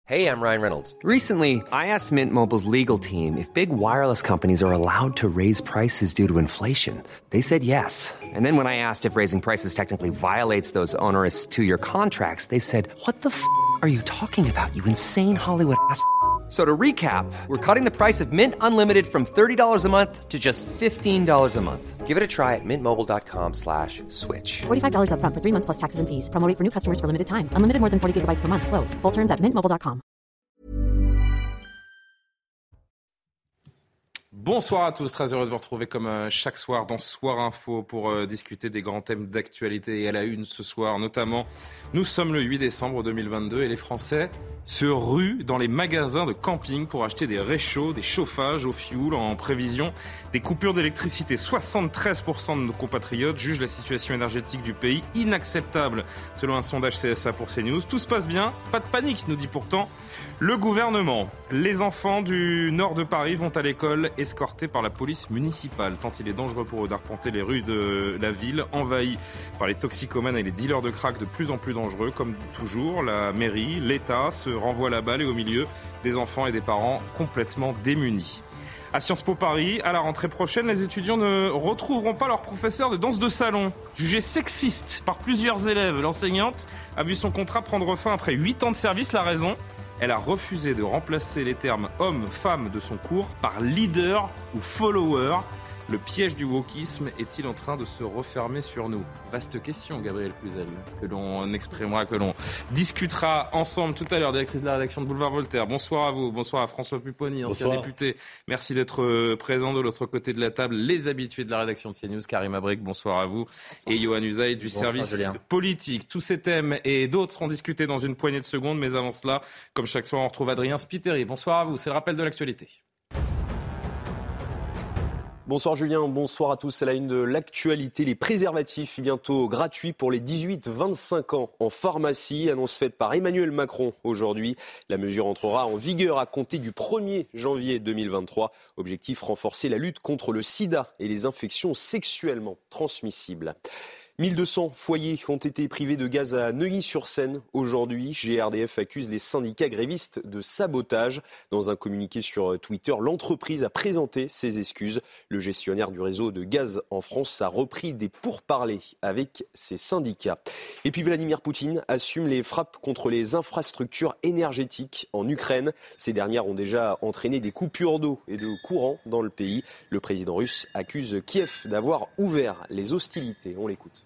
Hey, I'm Ryan Reynolds. Recently, I asked Mint Mobile's legal team if big wireless companies are allowed to raise prices due to inflation. They said yes. And then when I asked if raising prices technically violates those onerous two-year contracts, they said, "What the f*** are you talking about, you insane Hollywood ass?" So to recap, we're cutting the price of Mint Unlimited from $30 a month to just $15 a month. Give it a try at mintmobile.com/switch. $45 up front for 3 months plus taxes and fees. Promo rate for new customers for limited time. Unlimited more than 40 gigabytes per month. Slows full terms at mintmobile.com. Bonsoir à tous, très heureux de vous retrouver comme chaque soir dans Soir Info pour discuter des grands thèmes d'actualité. Et à la une ce soir notamment, nous sommes le 8 décembre 2022 et les Français se ruent dans les magasins de camping pour acheter des réchauds, des chauffages au fioul en prévision des coupures d'électricité. 73% de nos compatriotes jugent la situation énergétique du pays inacceptable selon un sondage CSA pour CNews. Tout se passe bien, pas de panique, nous dit pourtant le gouvernement. Les enfants du nord de Paris vont à l'école escortés par la police municipale, tant il est dangereux pour eux d'arpenter les rues de la ville, envahies par les toxicomanes et les dealers de crack de plus en plus dangereux. Comme toujours, la mairie, l'État se renvoient la balle et au milieu, des enfants et des parents complètement démunis. À Sciences Po Paris, à la rentrée prochaine, les étudiants ne retrouveront pas leur professeur de danse de salon. Jugé sexiste par plusieurs élèves, l'enseignante a vu son contrat prendre fin après 8 ans de service. La raison ? Elle a refusé de remplacer les termes homme, femme de son cours par leader ou follower. Le piège du wokisme est-il en train de se refermer sur nous ? Vaste question, Gabriel Cluzel, que l'on exprimera, que l'on discutera ensemble tout à l'heure. Directrice de la rédaction de Boulevard Voltaire, bonsoir à vous. Bonsoir à François Pupponi, ancien député. Merci d'être présent de l'autre côté de la table. Les habitués de la rédaction de CNews, Karim Abrik, bonsoir à vous. Bonsoir. Et Yohann Usaï du service politique. Tous ces thèmes et d'autres seront discutés dans une poignée de secondes. Mais avant cela, comme chaque soir, on retrouve Adrien Spiteri. Bonsoir à vous, c'est le rappel de l'actualité. Bonsoir Julien, bonsoir à tous. C'est la une de l'actualité. Les préservatifs bientôt gratuits pour les 18-25 ans en pharmacie. Annonce faite par Emmanuel Macron aujourd'hui. La mesure entrera en vigueur à compter du 1er janvier 2023. Objectif, renforcer la lutte contre le sida et les infections sexuellement transmissibles. 1200 foyers ont été privés de gaz à Neuilly-sur-Seine aujourd'hui. GRDF accuse les syndicats grévistes de sabotage. Dans un communiqué sur Twitter, l'entreprise a présenté ses excuses. Le gestionnaire du réseau de gaz en France a repris des pourparlers avec ses syndicats. Et puis Vladimir Poutine assume les frappes contre les infrastructures énergétiques en Ukraine. Ces dernières ont déjà entraîné des coupures d'eau et de courant dans le pays. Le président russe accuse Kiev d'avoir ouvert les hostilités. On l'écoute.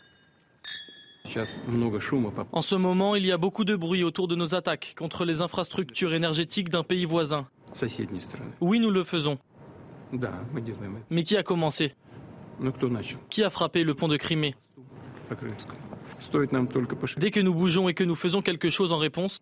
En ce moment, il y a beaucoup de bruit autour de nos attaques contre les infrastructures énergétiques d'un pays voisin. Oui, nous le faisons. Mais qui a commencé ? Qui a frappé le pont de Crimée ? Dès que nous bougeons et que nous faisons quelque chose en réponse,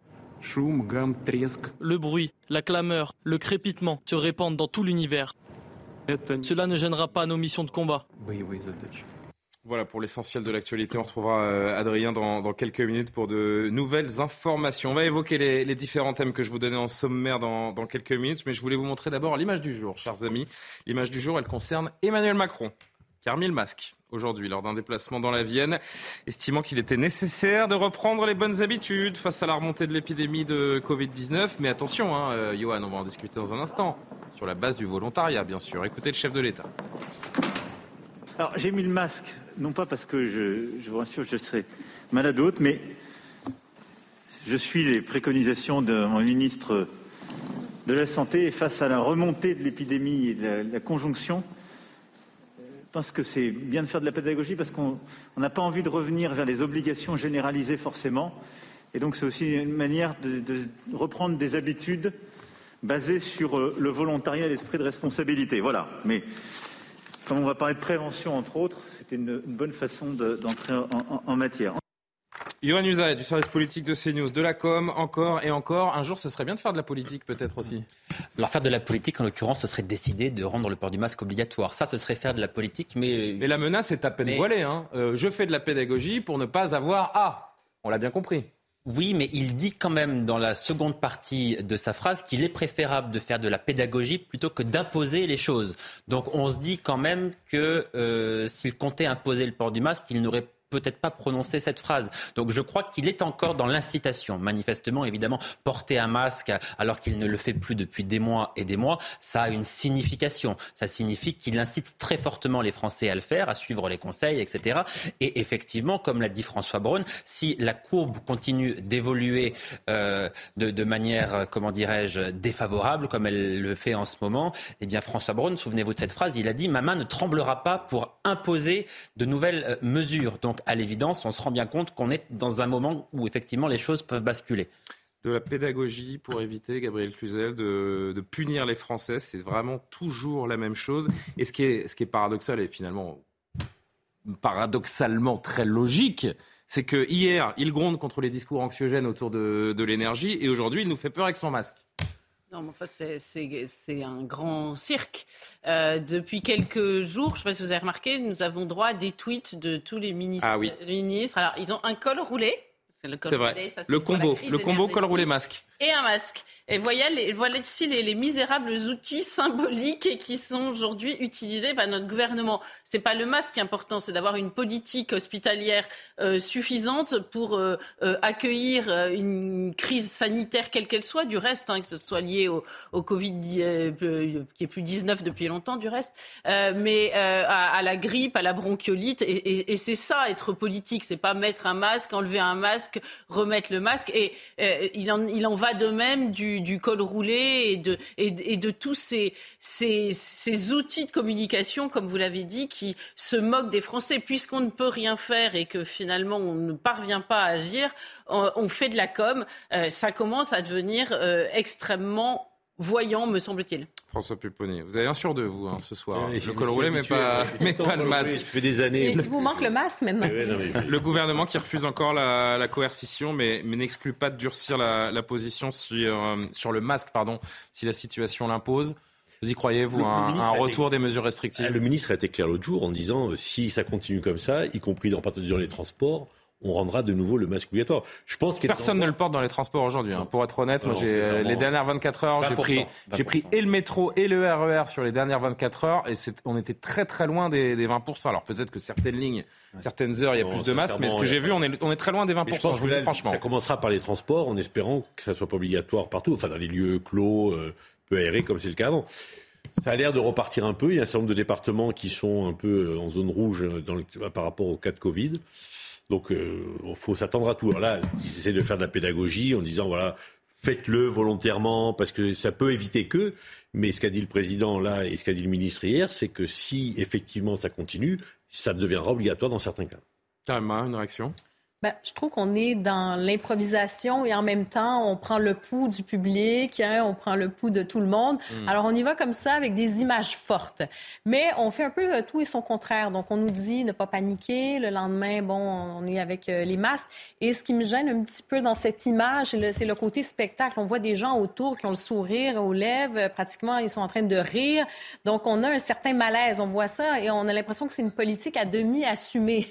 le bruit, la clameur, le crépitement se répandent dans tout l'univers. Cela ne gênera pas nos missions de combat. Voilà pour l'essentiel de l'actualité. On retrouvera Adrien dans quelques minutes pour de nouvelles informations. On va évoquer les différents thèmes que je vous donnais en sommaire dans quelques minutes. Mais je voulais vous montrer d'abord l'image du jour, chers amis. L'image du jour, elle concerne Emmanuel Macron, qui a remis le masque aujourd'hui lors d'un déplacement dans la Vienne, estimant qu'il était nécessaire de reprendre les bonnes habitudes face à la remontée de l'épidémie de Covid-19. Mais attention, Yohann, on va en discuter dans un instant, sur la base du volontariat, bien sûr. Écoutez le chef de l'État. Alors, j'ai mis le masque, non pas parce que je vous rassure, je serai malade ou autre, mais je suis les préconisations de mon ministre de la Santé et face à la remontée de l'épidémie et de la conjonction, je pense que c'est bien de faire de la pédagogie parce qu'on n'a pas envie de revenir vers les obligations généralisées forcément. Et donc c'est aussi une manière de reprendre des habitudes basées sur le volontariat et l'esprit de responsabilité. Voilà. Mais comme on va parler de prévention, entre autres, c'était une bonne façon d'entrer en matière. Yohann Usaï, du service politique de CNews, de la com, encore et encore. Un jour, ce serait bien de faire de la politique, peut-être aussi. Alors, faire de la politique, en l'occurrence, ce serait décider de rendre le port du masque obligatoire. Ça, ce serait faire de la politique, mais... Mais la menace est à peine voilée. Je fais de la pédagogie pour ne pas avoir... Ah, on l'a bien compris. Oui, mais il dit quand même dans la seconde partie de sa phrase qu'il est préférable de faire de la pédagogie plutôt que d'imposer les choses. Donc on se dit quand même que s'il comptait imposer le port du masque, il n'aurait peut-être pas prononcer cette phrase. Donc je crois qu'il est encore dans l'incitation. Manifestement, évidemment, porter un masque alors qu'il ne le fait plus depuis des mois et des mois, ça a une signification. Ça signifie qu'il incite très fortement les Français à le faire, à suivre les conseils, etc. Et effectivement, comme l'a dit François Braun, si la courbe continue d'évoluer de manière, défavorable, comme elle le fait en ce moment, eh bien François Braun, souvenez-vous de cette phrase, il a dit « Ma main ne tremblera pas pour imposer de nouvelles mesures ». Donc à l'évidence, on se rend bien compte qu'on est dans un moment où effectivement les choses peuvent basculer. De la pédagogie pour éviter, Gabriel Cluzel, de punir les Français, c'est vraiment toujours la même chose. Et ce qui est paradoxal et finalement paradoxalement très logique, c'est que hier, il gronde contre les discours anxiogènes autour de l'énergie et aujourd'hui, il nous fait peur avec son masque. Non, mais en fait, c'est un grand cirque. Depuis quelques jours, je ne sais pas si vous avez remarqué, nous avons droit à des tweets de tous les ministres. Ah oui. Alors, ils ont un col roulé. C'est vrai. Le combo col roulé masque. Et un masque. Et voilà ici les misérables outils symboliques qui sont aujourd'hui utilisés par notre gouvernement. C'est pas le masque qui est important, c'est d'avoir une politique hospitalière suffisante pour accueillir une crise sanitaire quelle qu'elle soit, du reste, que ce soit lié au Covid qui est plus 19 depuis longtemps, du reste, mais à la grippe, à la bronchiolite. Et c'est ça, être politique, c'est pas mettre un masque, enlever un masque, remettre le masque. Et il en va de même du col roulé et de tous ces outils de communication, comme vous l'avez dit, qui se moquent des Français. Puisqu'on ne peut rien faire et que finalement on ne parvient pas à agir, on fait de la com. Ça commence à devenir extrêmement voyant, me semble-t-il. François Pupponi, vous avez un sur deux, vous, ce soir. Le col roulé, mais pas le masque. Ça fait des années. Il vous manque le masque maintenant. Le gouvernement qui refuse encore la coercition, mais n'exclut pas de durcir la position sur le masque, si la situation l'impose. Vous y croyez, vous, un retour des mesures restrictives ? Le ministre a été clair l'autre jour en disant si ça continue comme ça, y compris dans les transports, on rendra de nouveau le masque obligatoire. Je pense personne ne le porte dans les transports aujourd'hui. Pour être honnête, moi, les dernières 24 heures, j'ai pris et le métro et le RER sur les dernières 24 heures et on était très très loin des 20%. Alors peut-être que certaines lignes, certaines heures, il y a plus de masques, mais ce que j'ai vu, on est très loin des 20%. Je vous le dis franchement. Ça commencera par les transports en espérant que ça ne soit pas obligatoire partout, enfin dans les lieux clos, peu aérés comme c'est le cas avant. Ça a l'air de repartir un peu. Il y a un certain nombre de départements qui sont un peu en zone rouge par rapport au cas de Covid. Donc, il faut s'attendre à tout. Alors là, ils essaient de faire de la pédagogie en disant, voilà, faites-le volontairement parce que ça peut éviter que. Mais ce qu'a dit le président là et ce qu'a dit le ministre hier, c'est que si effectivement ça continue, ça deviendra obligatoire dans certains cas. Karima, une réaction ? Je trouve qu'on est dans l'improvisation et en même temps, on prend le pouls du public, on prend le pouls de tout le monde. Alors, on y va comme ça avec des images fortes. Mais on fait un peu tout et son contraire. Donc, on nous dit ne pas paniquer. Le lendemain, on est avec les masques. Et ce qui me gêne un petit peu dans cette image, c'est le côté spectacle. On voit des gens autour qui ont le sourire aux lèvres. Pratiquement, ils sont en train de rire. Donc, on a un certain malaise. On voit ça et on a l'impression que c'est une politique à demi assumée.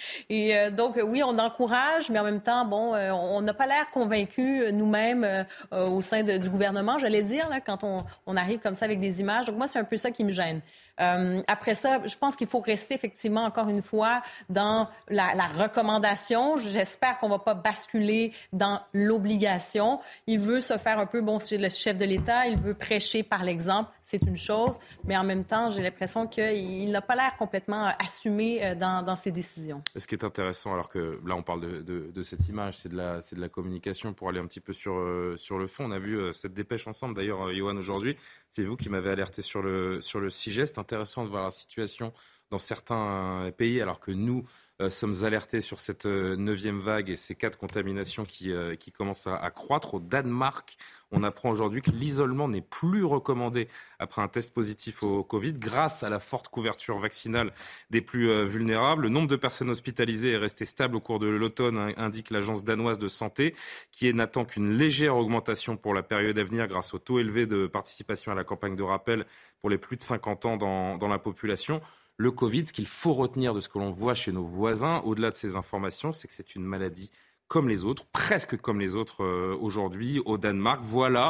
Et donc, oui, on encourage, mais en même temps, on n'a pas l'air convaincus nous-mêmes au sein du gouvernement, j'allais dire, là, quand on arrive comme ça avec des images. Donc moi, c'est un peu ça qui me gêne. Après ça, je pense qu'il faut rester effectivement, encore une fois, dans la recommandation. J'espère qu'on ne va pas basculer dans l'obligation. Il veut se faire un peu, c'est le chef de l'État, il veut prêcher par l'exemple, c'est une chose, mais en même temps, j'ai l'impression qu'il n'a pas l'air complètement assumé dans ses décisions. Ce qui est intéressant, alors que là, on parle de cette image, c'est de la communication pour aller un petit peu sur le fond. On a vu cette dépêche ensemble, d'ailleurs, Yoann, aujourd'hui. C'est vous qui m'avez alerté sur le sujet. C'est intéressant de voir la situation dans certains pays, alors que nous sommes alertés sur cette 9e vague et ces cas de contamination qui commencent à croître. Au Danemark, on apprend aujourd'hui que l'isolement n'est plus recommandé après un test positif au Covid grâce à la forte couverture vaccinale des plus vulnérables. Le nombre de personnes hospitalisées est resté stable au cours de l'automne, indique l'agence danoise de santé, qui n'attend qu'une légère augmentation pour la période à venir grâce au taux élevé de participation à la campagne de rappel pour les plus de 50 ans dans la population. Le Covid, ce qu'il faut retenir de ce que l'on voit chez nos voisins, au-delà de ces informations, c'est que c'est une maladie comme les autres, presque comme les autres aujourd'hui au Danemark. Voilà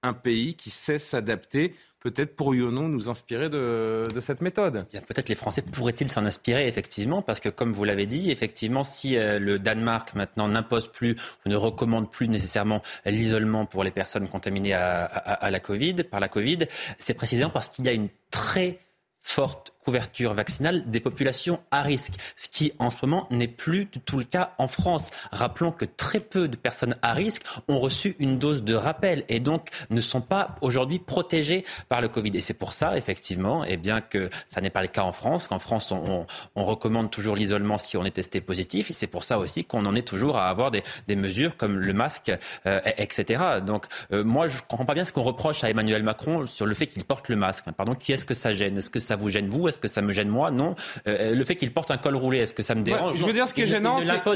un pays qui sait s'adapter. Peut-être pourrions-nous nous inspirer de cette méthode. Bien, peut-être les Français pourraient-ils s'en inspirer, effectivement, parce que comme vous l'avez dit, effectivement, si le Danemark maintenant n'impose plus ou ne recommande plus nécessairement l'isolement pour les personnes contaminées par la Covid, c'est précisément parce qu'il y a une très forte couverture vaccinale des populations à risque, ce qui en ce moment n'est plus du tout le cas en France. Rappelons que très peu de personnes à risque ont reçu une dose de rappel et donc ne sont pas aujourd'hui protégées par le Covid. Et c'est pour ça, effectivement, que ça n'est pas le cas en France, qu'en France on recommande toujours l'isolement si on est testé positif, et c'est pour ça aussi qu'on en est toujours à avoir des mesures comme le masque, etc. Donc moi je ne comprends pas bien ce qu'on reproche à Emmanuel Macron sur le fait qu'il porte le masque. Pardon, qui est-ce que ça gêne ? Est-ce que ça vous gêne vous ? Est-ce que ça me gêne moi ? Non. Le fait qu'il porte un col roulé, est-ce que ça me dérange ? Je veux dire, ce qui est gênant,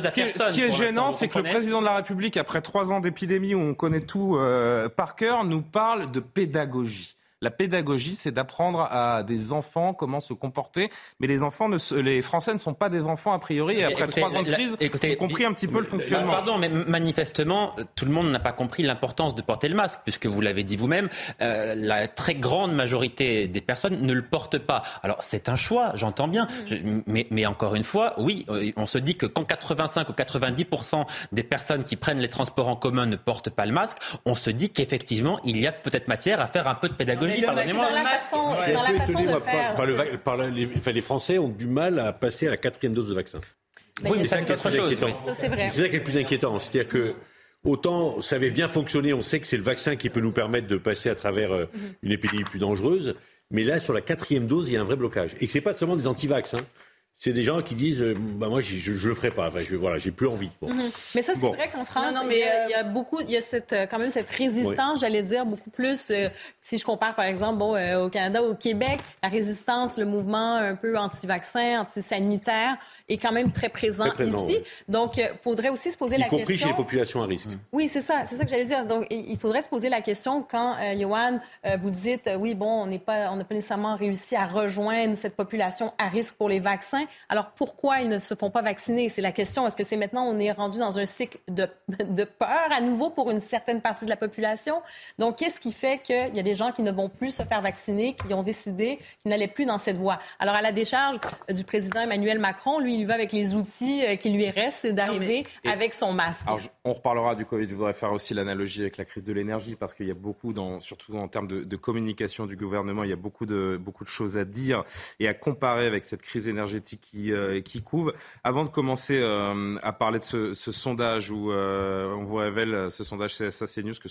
c'est que le président de la République, après 3 ans d'épidémie où on connaît tout par cœur, nous parle de pédagogie. La pédagogie, c'est d'apprendre à des enfants comment se comporter. Mais les Français ne sont pas des enfants a priori. Et après 3 ans de crise, on a compris un petit peu le fonctionnement. Pardon, mais manifestement, tout le monde n'a pas compris l'importance de porter le masque, puisque vous l'avez dit vous-même, la très grande majorité des personnes ne le portent pas. Alors c'est un choix, j'entends bien. Mais encore une fois, oui, on se dit que quand 85 ou 90% des personnes qui prennent les transports en commun ne portent pas le masque, on se dit qu'effectivement, il y a peut-être matière à faire un peu de pédagogie. Dans la façon de faire. Les Français ont du mal à passer à la 4e dose de vaccin. Oui, mais ça c'est autre chose. Ça, c'est vrai. C'est ça qui est le plus inquiétant. C'est-à-dire que autant ça avait bien fonctionné, on sait que c'est le vaccin qui peut nous permettre de passer à travers une épidémie plus dangereuse. Mais là, sur la 4e dose, il y a un vrai blocage. Et c'est pas seulement des anti-vax. C'est des gens qui disent moi je le ferai pas, j'ai plus envie. Bon. Mais ça c'est vrai qu'en France il y a quand même cette résistance, j'allais dire beaucoup plus si je compare par exemple au Canada, au Québec, la résistance, le mouvement un peu anti-vaccin, anti-sanitaire est quand même très présent ici. Oui. Donc faudrait aussi se poser la question. Y compris chez les populations à risque. Oui, c'est ça que j'allais dire. Donc il faudrait se poser la question quand Yohann vous dites on n'a pas nécessairement réussi à rejoindre cette population à risque pour les vaccins. Alors, pourquoi ils ne se font pas vacciner? C'est la question. Est-ce que c'est maintenant on est rendu dans un cycle de peur à nouveau pour une certaine partie de la population? Donc, qu'est-ce qui fait qu'il y a des gens qui ne vont plus se faire vacciner, qui ont décidé qu'ils n'allaient plus dans cette voie? Alors, à la décharge du président Emmanuel Macron, lui, il va avec les outils qui lui restent, c'est d'arriver avec son masque. Alors, on reparlera du Covid. Je voudrais faire aussi l'analogie avec la crise de l'énergie parce qu'il y a beaucoup, surtout en termes de communication du gouvernement, il y a beaucoup de choses à dire et à comparer avec cette crise énergétique qui couve. Avant de commencer à parler de ce sondage où on vous révèle, ce sondage CSA CNews, que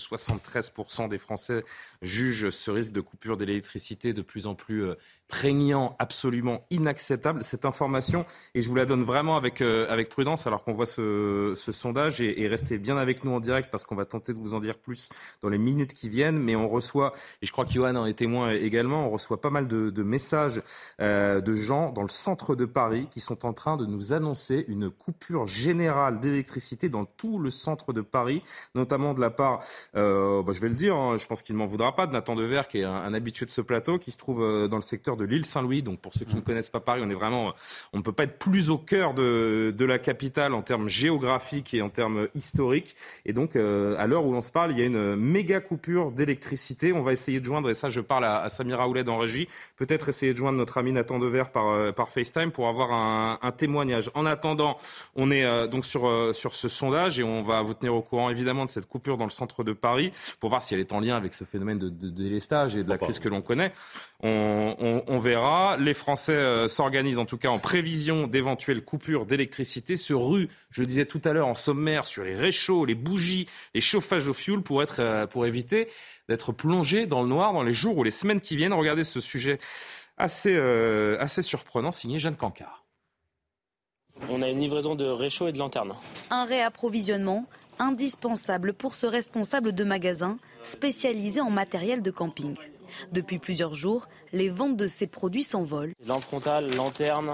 73% des Français jugent ce risque de coupure d'électricité de plus en plus prégnant, absolument inacceptable. Cette information, et je vous la donne vraiment avec prudence alors qu'on voit ce sondage, et restez bien avec nous en direct parce qu'on va tenter de vous en dire plus dans les minutes qui viennent, mais on reçoit, et je crois que Yohann en est témoin également, on reçoit pas mal de messages de gens dans le centre de Paris qui sont en train de nous annoncer une coupure générale d'électricité dans tout le centre de Paris, notamment de la part, je vais le dire, je pense qu'il ne m'en voudra pas, de Nathan Devers, qui est un habitué de ce plateau, qui se trouve dans le secteur de l'île Saint-Louis. Donc pour ceux qui ne connaissent pas Paris, on ne peut pas être plus au cœur de la capitale en termes géographiques et en termes historiques. Et donc à l'heure où l'on se parle, il y a une méga coupure d'électricité. On va essayer de joindre, et ça je parle à Samira Ouled en régie, peut-être essayer de joindre notre ami Nathan Devers par FaceTime pour avoir un témoignage. En attendant, on est donc sur ce sondage et on va vous tenir au courant évidemment de cette coupure dans le centre de Paris pour voir si elle est en lien avec ce phénomène de délestage et de la crise que l'on connaît. On verra. Les Français s'organisent en tout cas en prévision d'éventuelles coupures d'électricité, se ruent, je le disais tout à l'heure, en sommaire sur les réchauds, les bougies, les chauffages au fioul pour éviter d'être plongés dans le noir dans les jours ou les semaines qui viennent. Regardez ce sujet assez surprenant, signé Jeanne Cancard. On a une livraison de réchaud et de lanternes. Un réapprovisionnement indispensable pour ce responsable de magasin spécialisé en matériel de camping. Depuis plusieurs jours, les ventes de ces produits s'envolent. Lampe frontale, lanterne.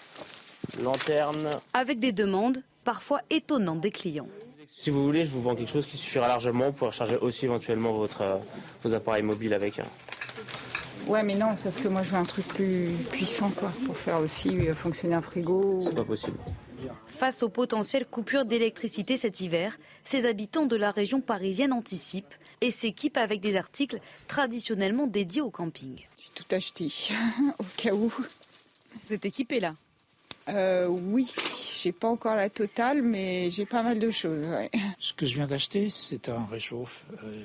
Avec des demandes parfois étonnantes des clients. Si vous voulez, je vous vends quelque chose qui suffira largement pour recharger aussi éventuellement vos appareils mobiles avec. Ouais, mais non, parce que moi je veux un truc plus puissant, pour faire aussi fonctionner un frigo. C'est pas possible. Face aux potentielles coupures d'électricité cet hiver, ces habitants de la région parisienne anticipent, et s'équipe avec des articles traditionnellement dédiés au camping. J'ai tout acheté, au cas où. Vous êtes équipé là ? Oui, j'ai pas encore la totale, mais j'ai pas mal de choses. Ouais. Ce que je viens d'acheter, c'est un réchauffe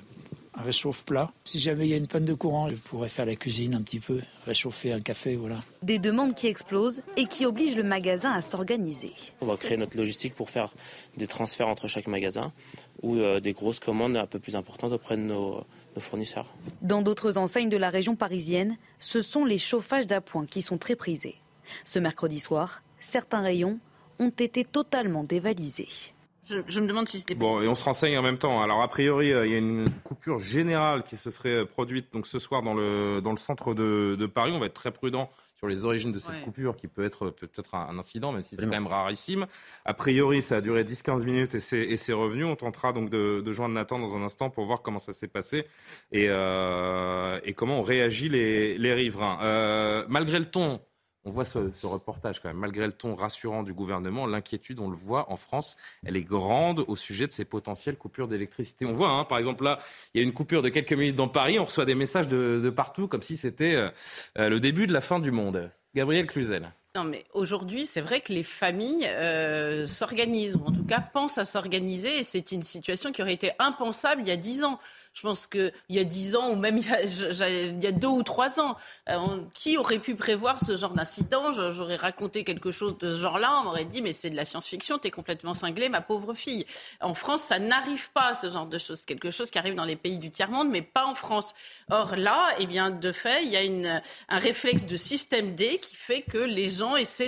plat. Si jamais il y a une panne de courant, je pourrais faire la cuisine un petit peu, réchauffer un café, voilà. Des demandes qui explosent et qui obligent le magasin à s'organiser. On va créer notre logistique pour faire des transferts entre chaque magasin ou des grosses commandes un peu plus importantes auprès de nos fournisseurs. Dans d'autres enseignes de la région parisienne, ce sont les chauffages d'appoint qui sont très prisés. Ce mercredi soir, certains rayons ont été totalement dévalisés. Je me demande si c'était... Bon, et on se renseigne en même temps. Alors, a priori, il y a une coupure générale qui se serait produite donc, ce soir dans le centre de Paris. On va être très prudent sur les origines de cette coupure qui peut être peut-être un incident, même si c'est quand même rarissime. A priori, ça a duré 10-15 minutes et c'est revenu. On tentera donc de joindre Nathan dans un instant pour voir comment ça s'est passé et comment ont réagi les riverains. Malgré le ton... On voit ce reportage quand même. Malgré le ton rassurant du gouvernement, l'inquiétude, on le voit en France, elle est grande au sujet de ces potentielles coupures d'électricité. On voit, par exemple, là, il y a une coupure de quelques minutes dans Paris. On reçoit des messages de partout comme si c'était le début de la fin du monde. Gabriel Cluzel. Non, mais aujourd'hui, c'est vrai que les familles s'organisent, ou en tout cas pensent à s'organiser. Et c'est une situation qui aurait été impensable il y a 10 ans. Je pense qu'il y a 10 ans, ou même il y a 2 ou 3 ans, qui aurait pu prévoir ce genre d'incident ? J'aurais raconté quelque chose de ce genre-là, on m'aurait dit, mais c'est de la science-fiction, t'es complètement cinglée, ma pauvre fille. En France, ça n'arrive pas, ce genre de choses. Quelque chose qui arrive dans les pays du tiers-monde, mais pas en France. Or là, eh bien, de fait, il y a un réflexe de système D qui fait que les gens essaient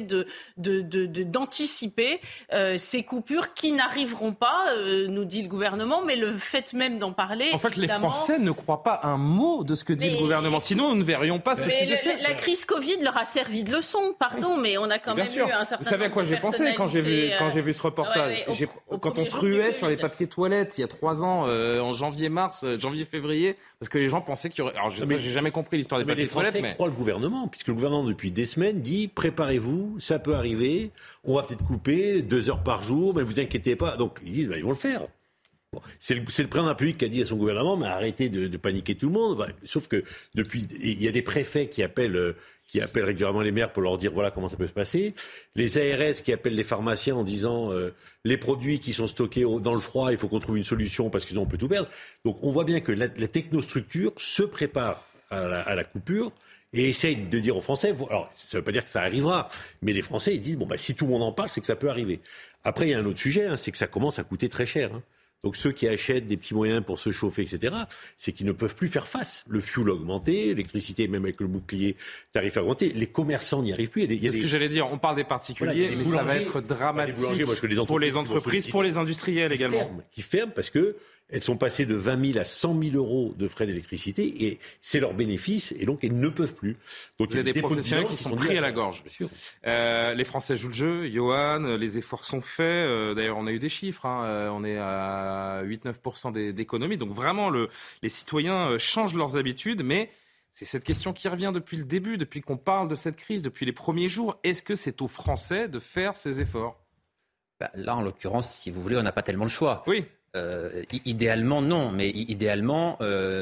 d'anticiper ces coupures qui n'arriveront pas, nous dit le gouvernement, mais le fait même d'en parler... En fait, les Français ne croient pas un mot de ce que dit le gouvernement. Sinon, nous ne verrions pas ce type de fait. La crise Covid leur a servi de leçon, pardon, mais on a quand même eu un certain nombre de... Vous savez à quoi j'ai pensé quand j'ai vu ce reportage ? Quand on se ruait sur les papiers toilettes il y a 3 ans, en janvier-février, parce que les gens pensaient qu'il y aurait... Alors, j'ai jamais compris l'histoire des papiers toilettes, mais... Les Français croient le gouvernement, puisque le gouvernement, depuis des semaines, dit « Préparez-vous, ça peut arriver, on va peut-être couper 2 heures par jour, mais vous inquiétez pas. » Donc, ils disent « Ils vont le faire. » C'est le président de la République qui a dit à son gouvernement, mais arrêtez de paniquer tout le monde. Sauf que depuis, il y a des préfets qui appellent régulièrement les maires pour leur dire voilà comment ça peut se passer. Les ARS qui appellent les pharmaciens en disant les produits qui sont stockés dans le froid, il faut qu'on trouve une solution parce que sinon on peut tout perdre. Donc on voit bien que la technostructure se prépare à la coupure et essaye de dire aux Français, alors ça ne veut pas dire que ça arrivera, mais les Français ils disent si tout le monde en parle, c'est que ça peut arriver. Après il y a un autre sujet, c'est que ça commence à coûter très cher. Donc ceux qui achètent des petits moyens pour se chauffer, etc., c'est qu'ils ne peuvent plus faire face. Le fuel a augmenté, l'électricité, même avec le bouclier tarifaire augmenté, les commerçants n'y arrivent plus. C'est ce que j'allais dire, on parle des particuliers, mais ça va être dramatique pour les entreprises, pour les industriels également. Qui ferment parce que elles sont passées de 20 000 à 100 000 euros de frais d'électricité et c'est leur bénéfice et donc elles ne peuvent plus. Donc il y a des professionnels qui sont pris à la gorge. Les Français jouent le jeu, Johan, les efforts sont faits. D'ailleurs, on a eu des chiffres, on est à 8-9% d'économie. Donc vraiment, les citoyens changent leurs habitudes, mais c'est cette question qui revient depuis le début, depuis qu'on parle de cette crise, depuis les premiers jours. Est-ce que c'est aux Français de faire ces efforts ? Là, en l'occurrence, si vous voulez, on n'a pas tellement le choix. Oui. Idéalement, non, mais idéalement,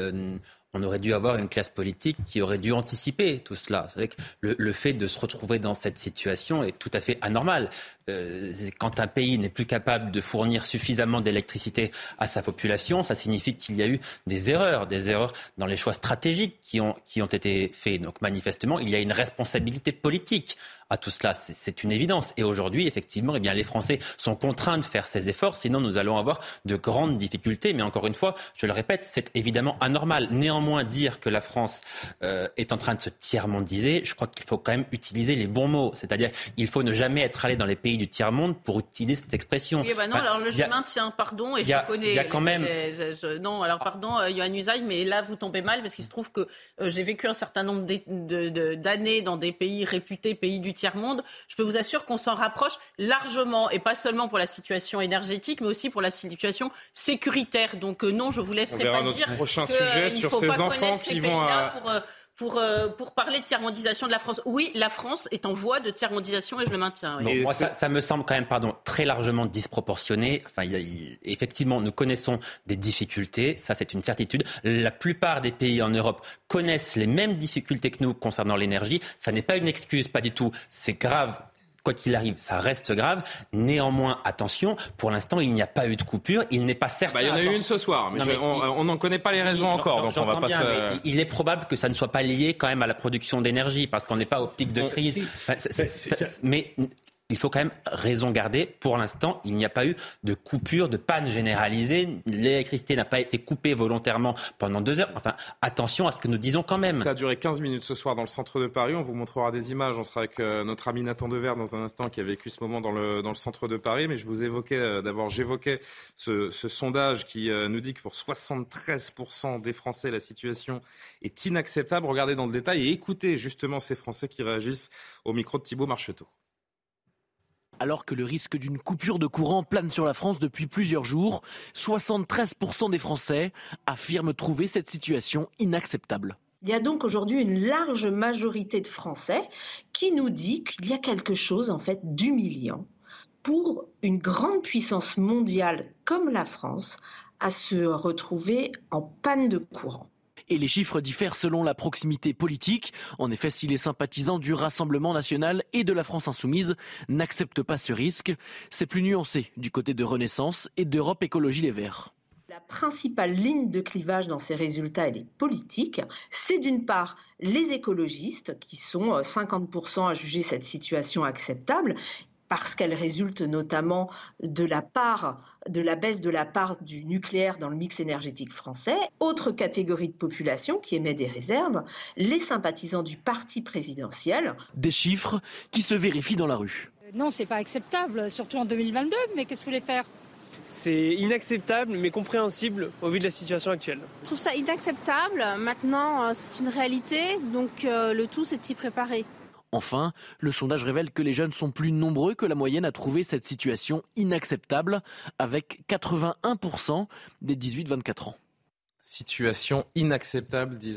on aurait dû avoir une classe politique qui aurait dû anticiper tout cela. C'est vrai que le fait de se retrouver dans cette situation est tout à fait anormal. Quand un pays n'est plus capable de fournir suffisamment d'électricité à sa population, ça signifie qu'il y a eu des erreurs dans les choix stratégiques qui ont été faits. Donc manifestement, il y a une responsabilité politique à tout cela, c'est une évidence. Et aujourd'hui, effectivement, les Français sont contraints de faire ces efforts, sinon nous allons avoir de grandes difficultés. Mais encore une fois, je le répète, c'est évidemment anormal. Néanmoins, dire que la France est en train de se tiers-mondiser, je crois qu'il faut quand même utiliser les bons mots. C'est-à-dire, il faut ne jamais être allé dans les pays du tiers-monde pour utiliser cette expression. Oui, non, alors je maintiens, pardon, et je connais... Il y a quand même... non, alors pardon, Yohann Usaï, mais là, vous tombez mal, parce qu'il se trouve que j'ai vécu un certain nombre d'années dans des pays réputés, pays du tiers-monde. Je peux vous assurer qu'on s'en rapproche largement, et pas seulement pour la situation énergétique, mais aussi pour la situation sécuritaire. Donc non, je vous laisserai pas dire prochain sujet sur ces enfants qui vont pour parler de tiers-mondisation de la France. Oui, la France est en voie de tiers-mondisation et je le maintiens. Oui. Bon, moi, ça me semble quand même très largement disproportionné. Enfin, effectivement, nous connaissons des difficultés, ça c'est une certitude. La plupart des pays en Europe connaissent les mêmes difficultés que nous concernant l'énergie. Ça n'est pas une excuse, pas du tout. C'est grave. Quoi qu'il arrive, ça reste grave. Néanmoins, attention, pour l'instant, il n'y a pas eu de coupure. Il n'est pas certain... il y en a eu une ce soir, mais on n'en connaît pas les raisons encore. Donc on va pas mais il est probable que ça ne soit pas lié quand même à la production d'énergie, parce qu'on n'est pas au pic de crise. Mais il faut quand même raison garder. Pour l'instant, il n'y a pas eu de coupure, de panne généralisée. L'électricité n'a pas été coupée volontairement pendant 2 heures. Enfin, attention à ce que nous disons quand même. Ça a duré 15 minutes ce soir dans le centre de Paris. On vous montrera des images. On sera avec notre ami Nathan Devers dans un instant qui a vécu ce moment dans le centre de Paris. Mais je vous évoquais, j'évoquais ce sondage qui nous dit que pour 73% des Français, la situation est inacceptable. Regardez dans le détail et écoutez justement ces Français qui réagissent au micro de Thibaut Marcheteau. Alors que le risque d'une coupure de courant plane sur la France depuis plusieurs jours, 73% des Français affirment trouver cette situation inacceptable. Il y a donc aujourd'hui une large majorité de Français qui nous dit qu'il y a quelque chose en fait d'humiliant pour une grande puissance mondiale comme la France à se retrouver en panne de courant. Et les chiffres diffèrent selon la proximité politique. En effet, si les sympathisants du Rassemblement national et de la France insoumise n'acceptent pas ce risque, c'est plus nuancé du côté de Renaissance et d'Europe Écologie Les Verts. La principale ligne de clivage dans ces résultats, elle est politique. C'est d'une part les écologistes, qui sont 50% à juger cette situation acceptable, parce qu'elle résulte notamment de la baisse de la part du nucléaire dans le mix énergétique français. Autre catégorie de population qui émet des réserves, les sympathisants du parti présidentiel. Des chiffres qui se vérifient dans la rue. Non, c'est pas acceptable, surtout en 2022, mais qu'est-ce que vous voulez faire ? C'est inacceptable, mais compréhensible au vu de la situation actuelle. Je trouve ça inacceptable. Maintenant, c'est une réalité, donc le tout, c'est de s'y préparer. Enfin, le sondage révèle que les jeunes sont plus nombreux que la moyenne à trouver cette situation inacceptable, avec 81% des 18-24 ans. Situation inacceptable, disent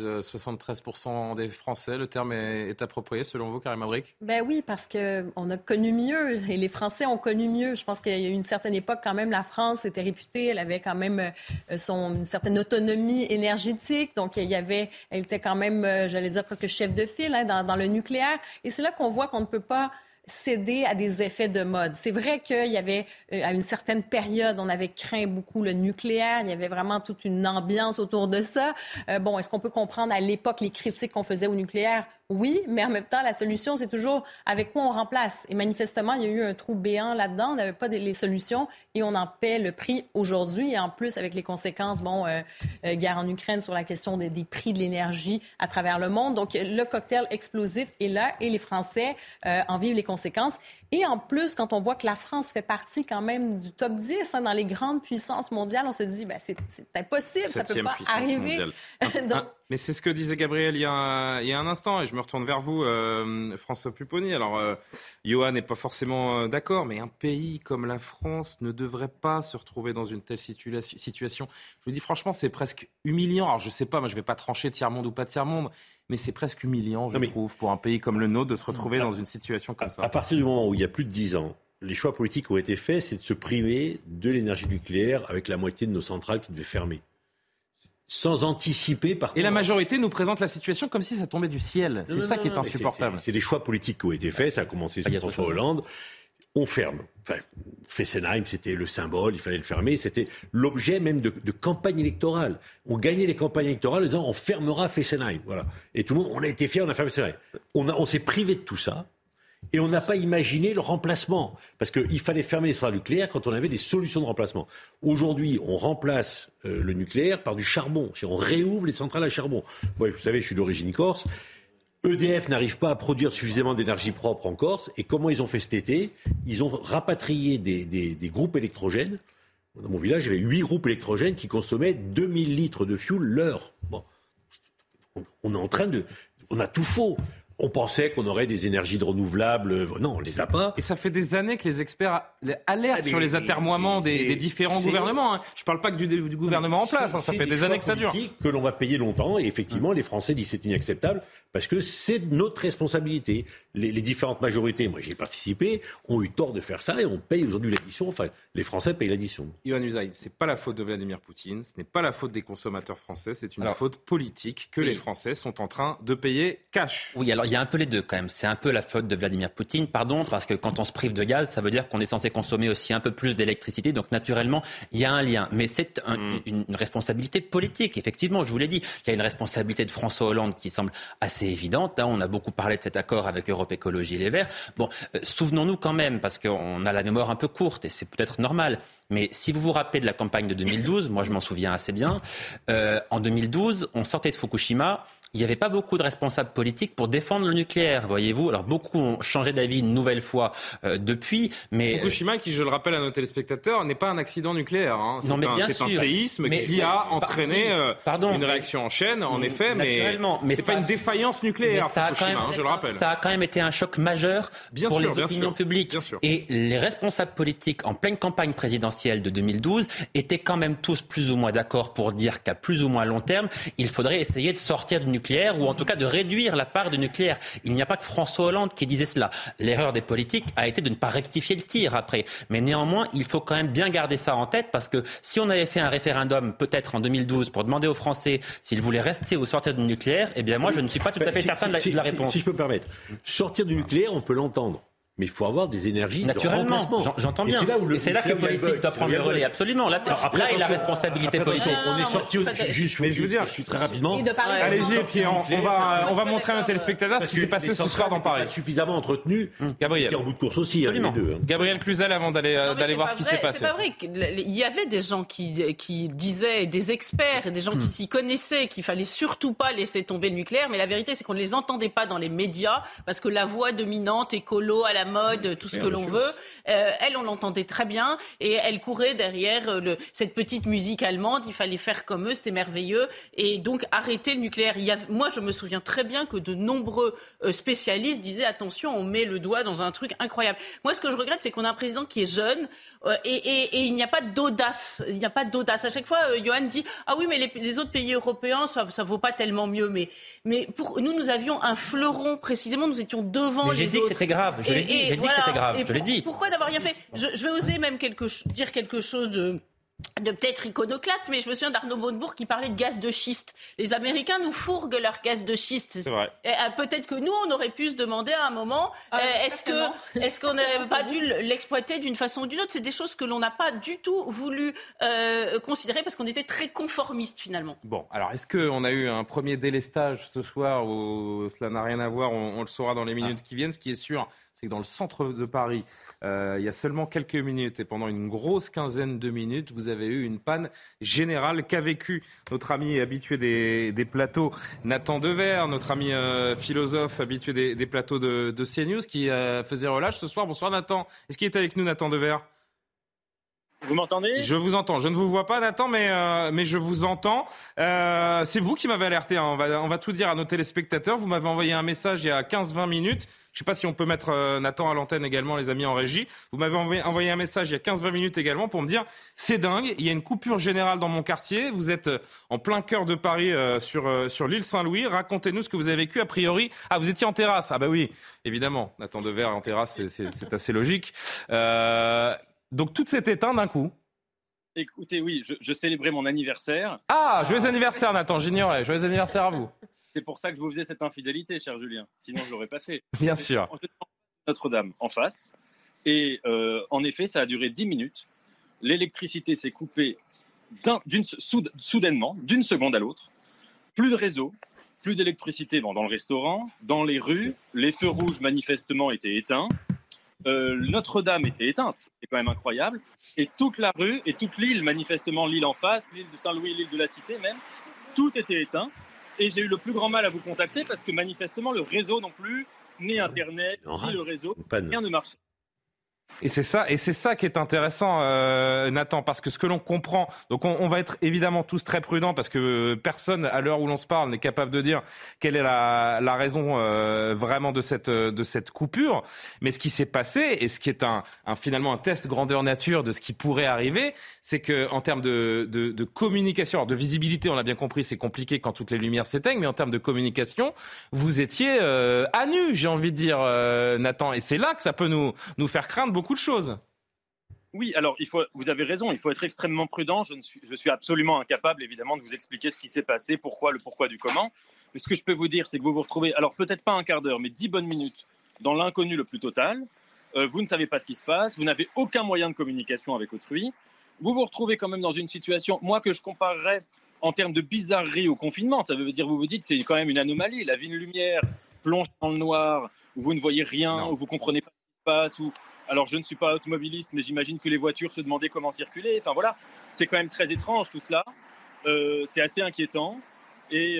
73% des Français. Le terme est approprié selon vous, Karima Brick ? Ben oui, parce qu'on a connu mieux et les Français ont connu mieux. Je pense qu'il y a eu une certaine époque quand même, la France était réputée, elle avait quand même une certaine autonomie énergétique. Donc elle était quand même, j'allais dire presque chef de file dans le nucléaire. Et c'est là qu'on voit qu'on ne peut pas céder à des effets de mode. C'est vrai qu'il y avait, à une certaine période, on avait craint beaucoup le nucléaire. Il y avait vraiment toute une ambiance autour de ça. Est-ce qu'on peut comprendre à l'époque les critiques qu'on faisait au nucléaire? Oui, mais en même temps, la solution, c'est toujours avec quoi on remplace. Et manifestement, il y a eu un trou béant là-dedans. On n'avait pas les solutions et on en paie le prix aujourd'hui. Et en plus, avec les conséquences, guerre en Ukraine sur la question des prix de l'énergie à travers le monde. Donc, le cocktail explosif est là et les Français en vivent les conséquences. Et en plus, quand on voit que la France fait partie quand même du top 10 dans les grandes puissances mondiales, on se dit c'est impossible, ça ne peut pas arriver. Mais c'est ce que disait Gabriel il y a un instant, et je me retourne vers vous, François Pupponi. Alors, Johan n'est pas forcément d'accord, mais un pays comme la France ne devrait pas se retrouver dans une telle situation. Je vous dis franchement, c'est presque humiliant. Alors, je ne sais pas, moi je ne vais pas trancher tiers-monde ou pas tiers-monde, mais c'est presque humiliant, je trouve, pour un pays comme le nôtre de se retrouver dans une situation comme ça. À partir du moment où il y a plus de 10 ans, les choix politiques ont été faits, c'est de se priver de l'énergie nucléaire avec la moitié de nos centrales qui devaient fermer. Sans anticiper par contre. Et la majorité nous présente la situation comme si ça tombait du ciel. C'est ça qui est insupportable. C'est des choix politiques qui ont été faits, ça a commencé sous François Hollande. On ferme. Enfin, Fessenheim, c'était le symbole, il fallait le fermer. C'était l'objet même de campagne électorale. On gagnait les campagnes électorales en disant on fermera Fessenheim. Voilà. Et tout le monde, on a été fiers, on a fermé Fessenheim. On s'est privé de tout ça. Et on n'a pas imaginé le remplacement. Parce qu'il fallait fermer les centrales nucléaires quand on avait des solutions de remplacement. Aujourd'hui, on remplace le nucléaire par du charbon. On réouvre les centrales à charbon. Moi, vous savez, je suis d'origine corse. EDF n'arrive pas à produire suffisamment d'énergie propre en Corse. Et comment ils ont fait cet été ? Ils ont rapatrié des groupes électrogènes. Dans mon village, il y avait 8 groupes électrogènes qui consommaient 2000 litres de fioul l'heure. Bon. On est en train de... On a tout faux. On pensait qu'on aurait des énergies renouvelables. Non, on les a pas. Et ça fait des années que les experts alertent sur les atermoiements des différents gouvernements. Hein. Je ne parle pas que du gouvernement en place. Hein. Ça fait des années que ça dure. Que l'on va payer longtemps. Et effectivement, les Français disent que c'est inacceptable parce que c'est notre responsabilité. Les différentes majorités, moi j'y ai participé, ont eu tort de faire ça et on paye aujourd'hui l'addition. Enfin, les Français payent l'addition. Yohann Usaï, ce n'est pas la faute de Vladimir Poutine, ce n'est pas la faute des consommateurs français, c'est une faute politique que les Français sont en train de payer cash. Oui, alors il y a un peu les deux quand même. C'est un peu la faute de Vladimir Poutine, parce que quand on se prive de gaz, ça veut dire qu'on est censé consommer aussi un peu plus d'électricité. Donc naturellement, il y a un lien. Mais c'est une responsabilité politique, effectivement, je vous l'ai dit. Il y a une responsabilité de François Hollande qui semble assez évidente. Hein. On a beaucoup parlé de cet accord avec Europe Écologie et Les Verts. Bon, souvenons-nous quand même, parce qu'on a la mémoire un peu courte et c'est peut-être normal. Mais si vous vous rappelez de la campagne de 2012, moi je m'en souviens assez bien, en 2012, on sortait de Fukushima. Il n'y avait pas beaucoup de responsables politiques pour défendre le nucléaire, voyez-vous. Alors beaucoup ont changé d'avis une nouvelle fois depuis, mais Fukushima, qui, je le rappelle à nos téléspectateurs, n'est pas un accident nucléaire. Hein. C'est un séisme qui a entraîné une réaction en chaîne, en effet, mais c'est pas une défaillance nucléaire. Fukushima, je le rappelle. Ça a quand même été un choc majeur pour les opinions publiques. Et les responsables politiques en pleine campagne présidentielle de 2012 étaient quand même tous plus ou moins d'accord pour dire qu'à plus ou moins long terme, il faudrait essayer de sortir du nucléaire, ou en tout cas de réduire la part du nucléaire. Il n'y a pas que François Hollande qui disait cela. L'erreur des politiques a été de ne pas rectifier le tir après. Mais néanmoins, il faut quand même bien garder ça en tête, parce que si on avait fait un référendum peut-être en 2012 pour demander aux Français s'ils voulaient rester ou sortir du nucléaire, eh bien moi je ne suis pas tout à fait certain de la réponse. Si je peux me permettre, sortir du nucléaire, on peut l'entendre. Mais il faut avoir des énergies naturellement, de remplacement. J'entends bien. Et c'est là que le politique doit prendre le relais, absolument. Là est la responsabilité politique. On est sorti mais je veux dire, je suis très rapidement. Allez-y, et puis on va montrer à nos téléspectateurs ce qui s'est passé ce soir dans Paris. Suffisamment entretenu. Gabriel. Et en bout de course aussi, les deux. Gabriel Cluzel, avant d'aller voir ce qui s'est passé. C'est pas vrai. Il y avait des gens qui disaient, des experts, des gens qui s'y connaissaient, qu'il fallait surtout pas laisser tomber le nucléaire. Mais la vérité, c'est qu'on ne les entendait pas dans les médias, parce que la voix dominante, écolo, à la mode, tout ce que l'on veut, elle, on l'entendait très bien, et elle courait derrière cette petite musique allemande. Il fallait faire comme eux, c'était merveilleux, et donc arrêter le nucléaire. Moi, je me souviens très bien que de nombreux spécialistes disaient attention, on met le doigt dans un truc incroyable. Moi, ce que je regrette, c'est qu'on a un président qui est jeune, et il n'y a pas d'audace. Il n'y a pas d'audace. À chaque fois, Yohann dit ah oui, mais les autres pays européens, ça vaut pas tellement mieux. Mais pour nous avions un fleuron précisément. Nous étions devant les autres. J'ai dit que c'était grave. Je l'ai dit. J'ai dit que c'était grave. Je l'ai dit. Pourquoi d'avoir rien fait ? Je vais oser même dire quelque chose de peut-être iconoclaste, mais je me souviens d'Arnaud Montebourg qui parlait de gaz de schiste. Les Américains nous fourguent leur gaz de schiste. C'est vrai. Et, peut-être que nous, on aurait pu se demander à un moment, est-ce qu'on n'aurait pas dû l'exploiter d'une façon ou d'une autre ? C'est des choses que l'on n'a pas du tout voulu considérer parce qu'on était très conformistes finalement. Bon, alors est-ce qu'on a eu un premier délestage ce soir où cela n'a rien à voir ? On le saura dans les minutes qui viennent. Ce qui est sûr, c'est que dans le centre de Paris, il y a seulement quelques minutes et pendant une grosse quinzaine de minutes, vous avez eu une panne générale qu'a vécu notre ami habitué des plateaux Nathan Dever, notre ami philosophe habitué des plateaux de CNews qui faisait relâche ce soir. Bonsoir Nathan. Est-ce qu'il est avec nous, Nathan Dever ? Vous m'entendez ? Je vous entends. Je ne vous vois pas, Nathan, mais je vous entends. C'est vous qui m'avez alerté. Hein. On va tout dire à nos téléspectateurs. Vous m'avez envoyé un message il y a 15-20 minutes. Je ne sais pas si on peut mettre Nathan à l'antenne également, les amis en régie. Vous m'avez envoyé un message il y a 15-20 minutes également pour me dire « C'est dingue, il y a une coupure générale dans mon quartier. Vous êtes en plein cœur de Paris sur l'île Saint-Louis. Racontez-nous ce que vous avez vécu. A priori, vous étiez en terrasse. » Ah bah oui, évidemment. Nathan Dever en terrasse, c'est assez logique. Donc tout s'est éteint d'un coup. Écoutez, oui, je célébrais mon anniversaire. Ah, joyeux anniversaire Nathan, j'ignorais. Joyeux anniversaire à vous. C'est pour ça que je vous faisais cette infidélité, cher Julien. Sinon, je ne l'aurais pas fait. Bien sûr. Notre-Dame en face. Et en effet, ça a duré 10 minutes. L'électricité s'est coupée soudainement, d'une seconde à l'autre. Plus de réseau, plus d'électricité dans le restaurant, dans les rues. Les feux rouges, manifestement, étaient éteints. Notre-Dame était éteinte, c'est quand même incroyable. Et toute la rue et toute l'île, manifestement l'île en face, l'île de Saint-Louis, l'île de la Cité même, tout était éteint. Et j'ai eu le plus grand mal à vous contacter parce que manifestement le réseau non plus, ni Internet, ni le réseau, rien ne marchait. Et c'est ça qui est intéressant, Nathan, parce que ce que l'on comprend, donc on va être évidemment tous très prudents, parce que personne, à l'heure où l'on se parle, n'est capable de dire quelle est la raison vraiment de cette coupure. Mais ce qui s'est passé, et ce qui est finalement un test grandeur nature de ce qui pourrait arriver, c'est que en termes de communication, alors de visibilité, on l'a bien compris, c'est compliqué quand toutes les lumières s'éteignent, mais en termes de communication, vous étiez à nu, j'ai envie de dire, Nathan, et c'est là que ça peut nous faire craindre beaucoup de choses. Oui, alors vous avez raison, il faut être extrêmement prudent. Je suis absolument incapable, évidemment, de vous expliquer ce qui s'est passé, le pourquoi du comment. Mais ce que je peux vous dire, c'est que vous vous retrouvez, alors peut-être pas un quart d'heure, mais 10 bonnes minutes dans l'inconnu le plus total. Vous ne savez pas ce qui se passe, vous n'avez aucun moyen de communication avec autrui. Vous vous retrouvez quand même dans une situation, moi, que je comparerais en termes de bizarrerie au confinement. Ça veut dire, vous vous dites, c'est quand même une anomalie. La vie de lumière plonge dans le noir, où vous ne voyez rien, où vous ne comprenez pas ce qui se passe, où... Alors, je ne suis pas automobiliste, mais j'imagine que les voitures se demandaient comment circuler. Enfin, voilà, c'est quand même très étrange tout cela. C'est assez inquiétant. Et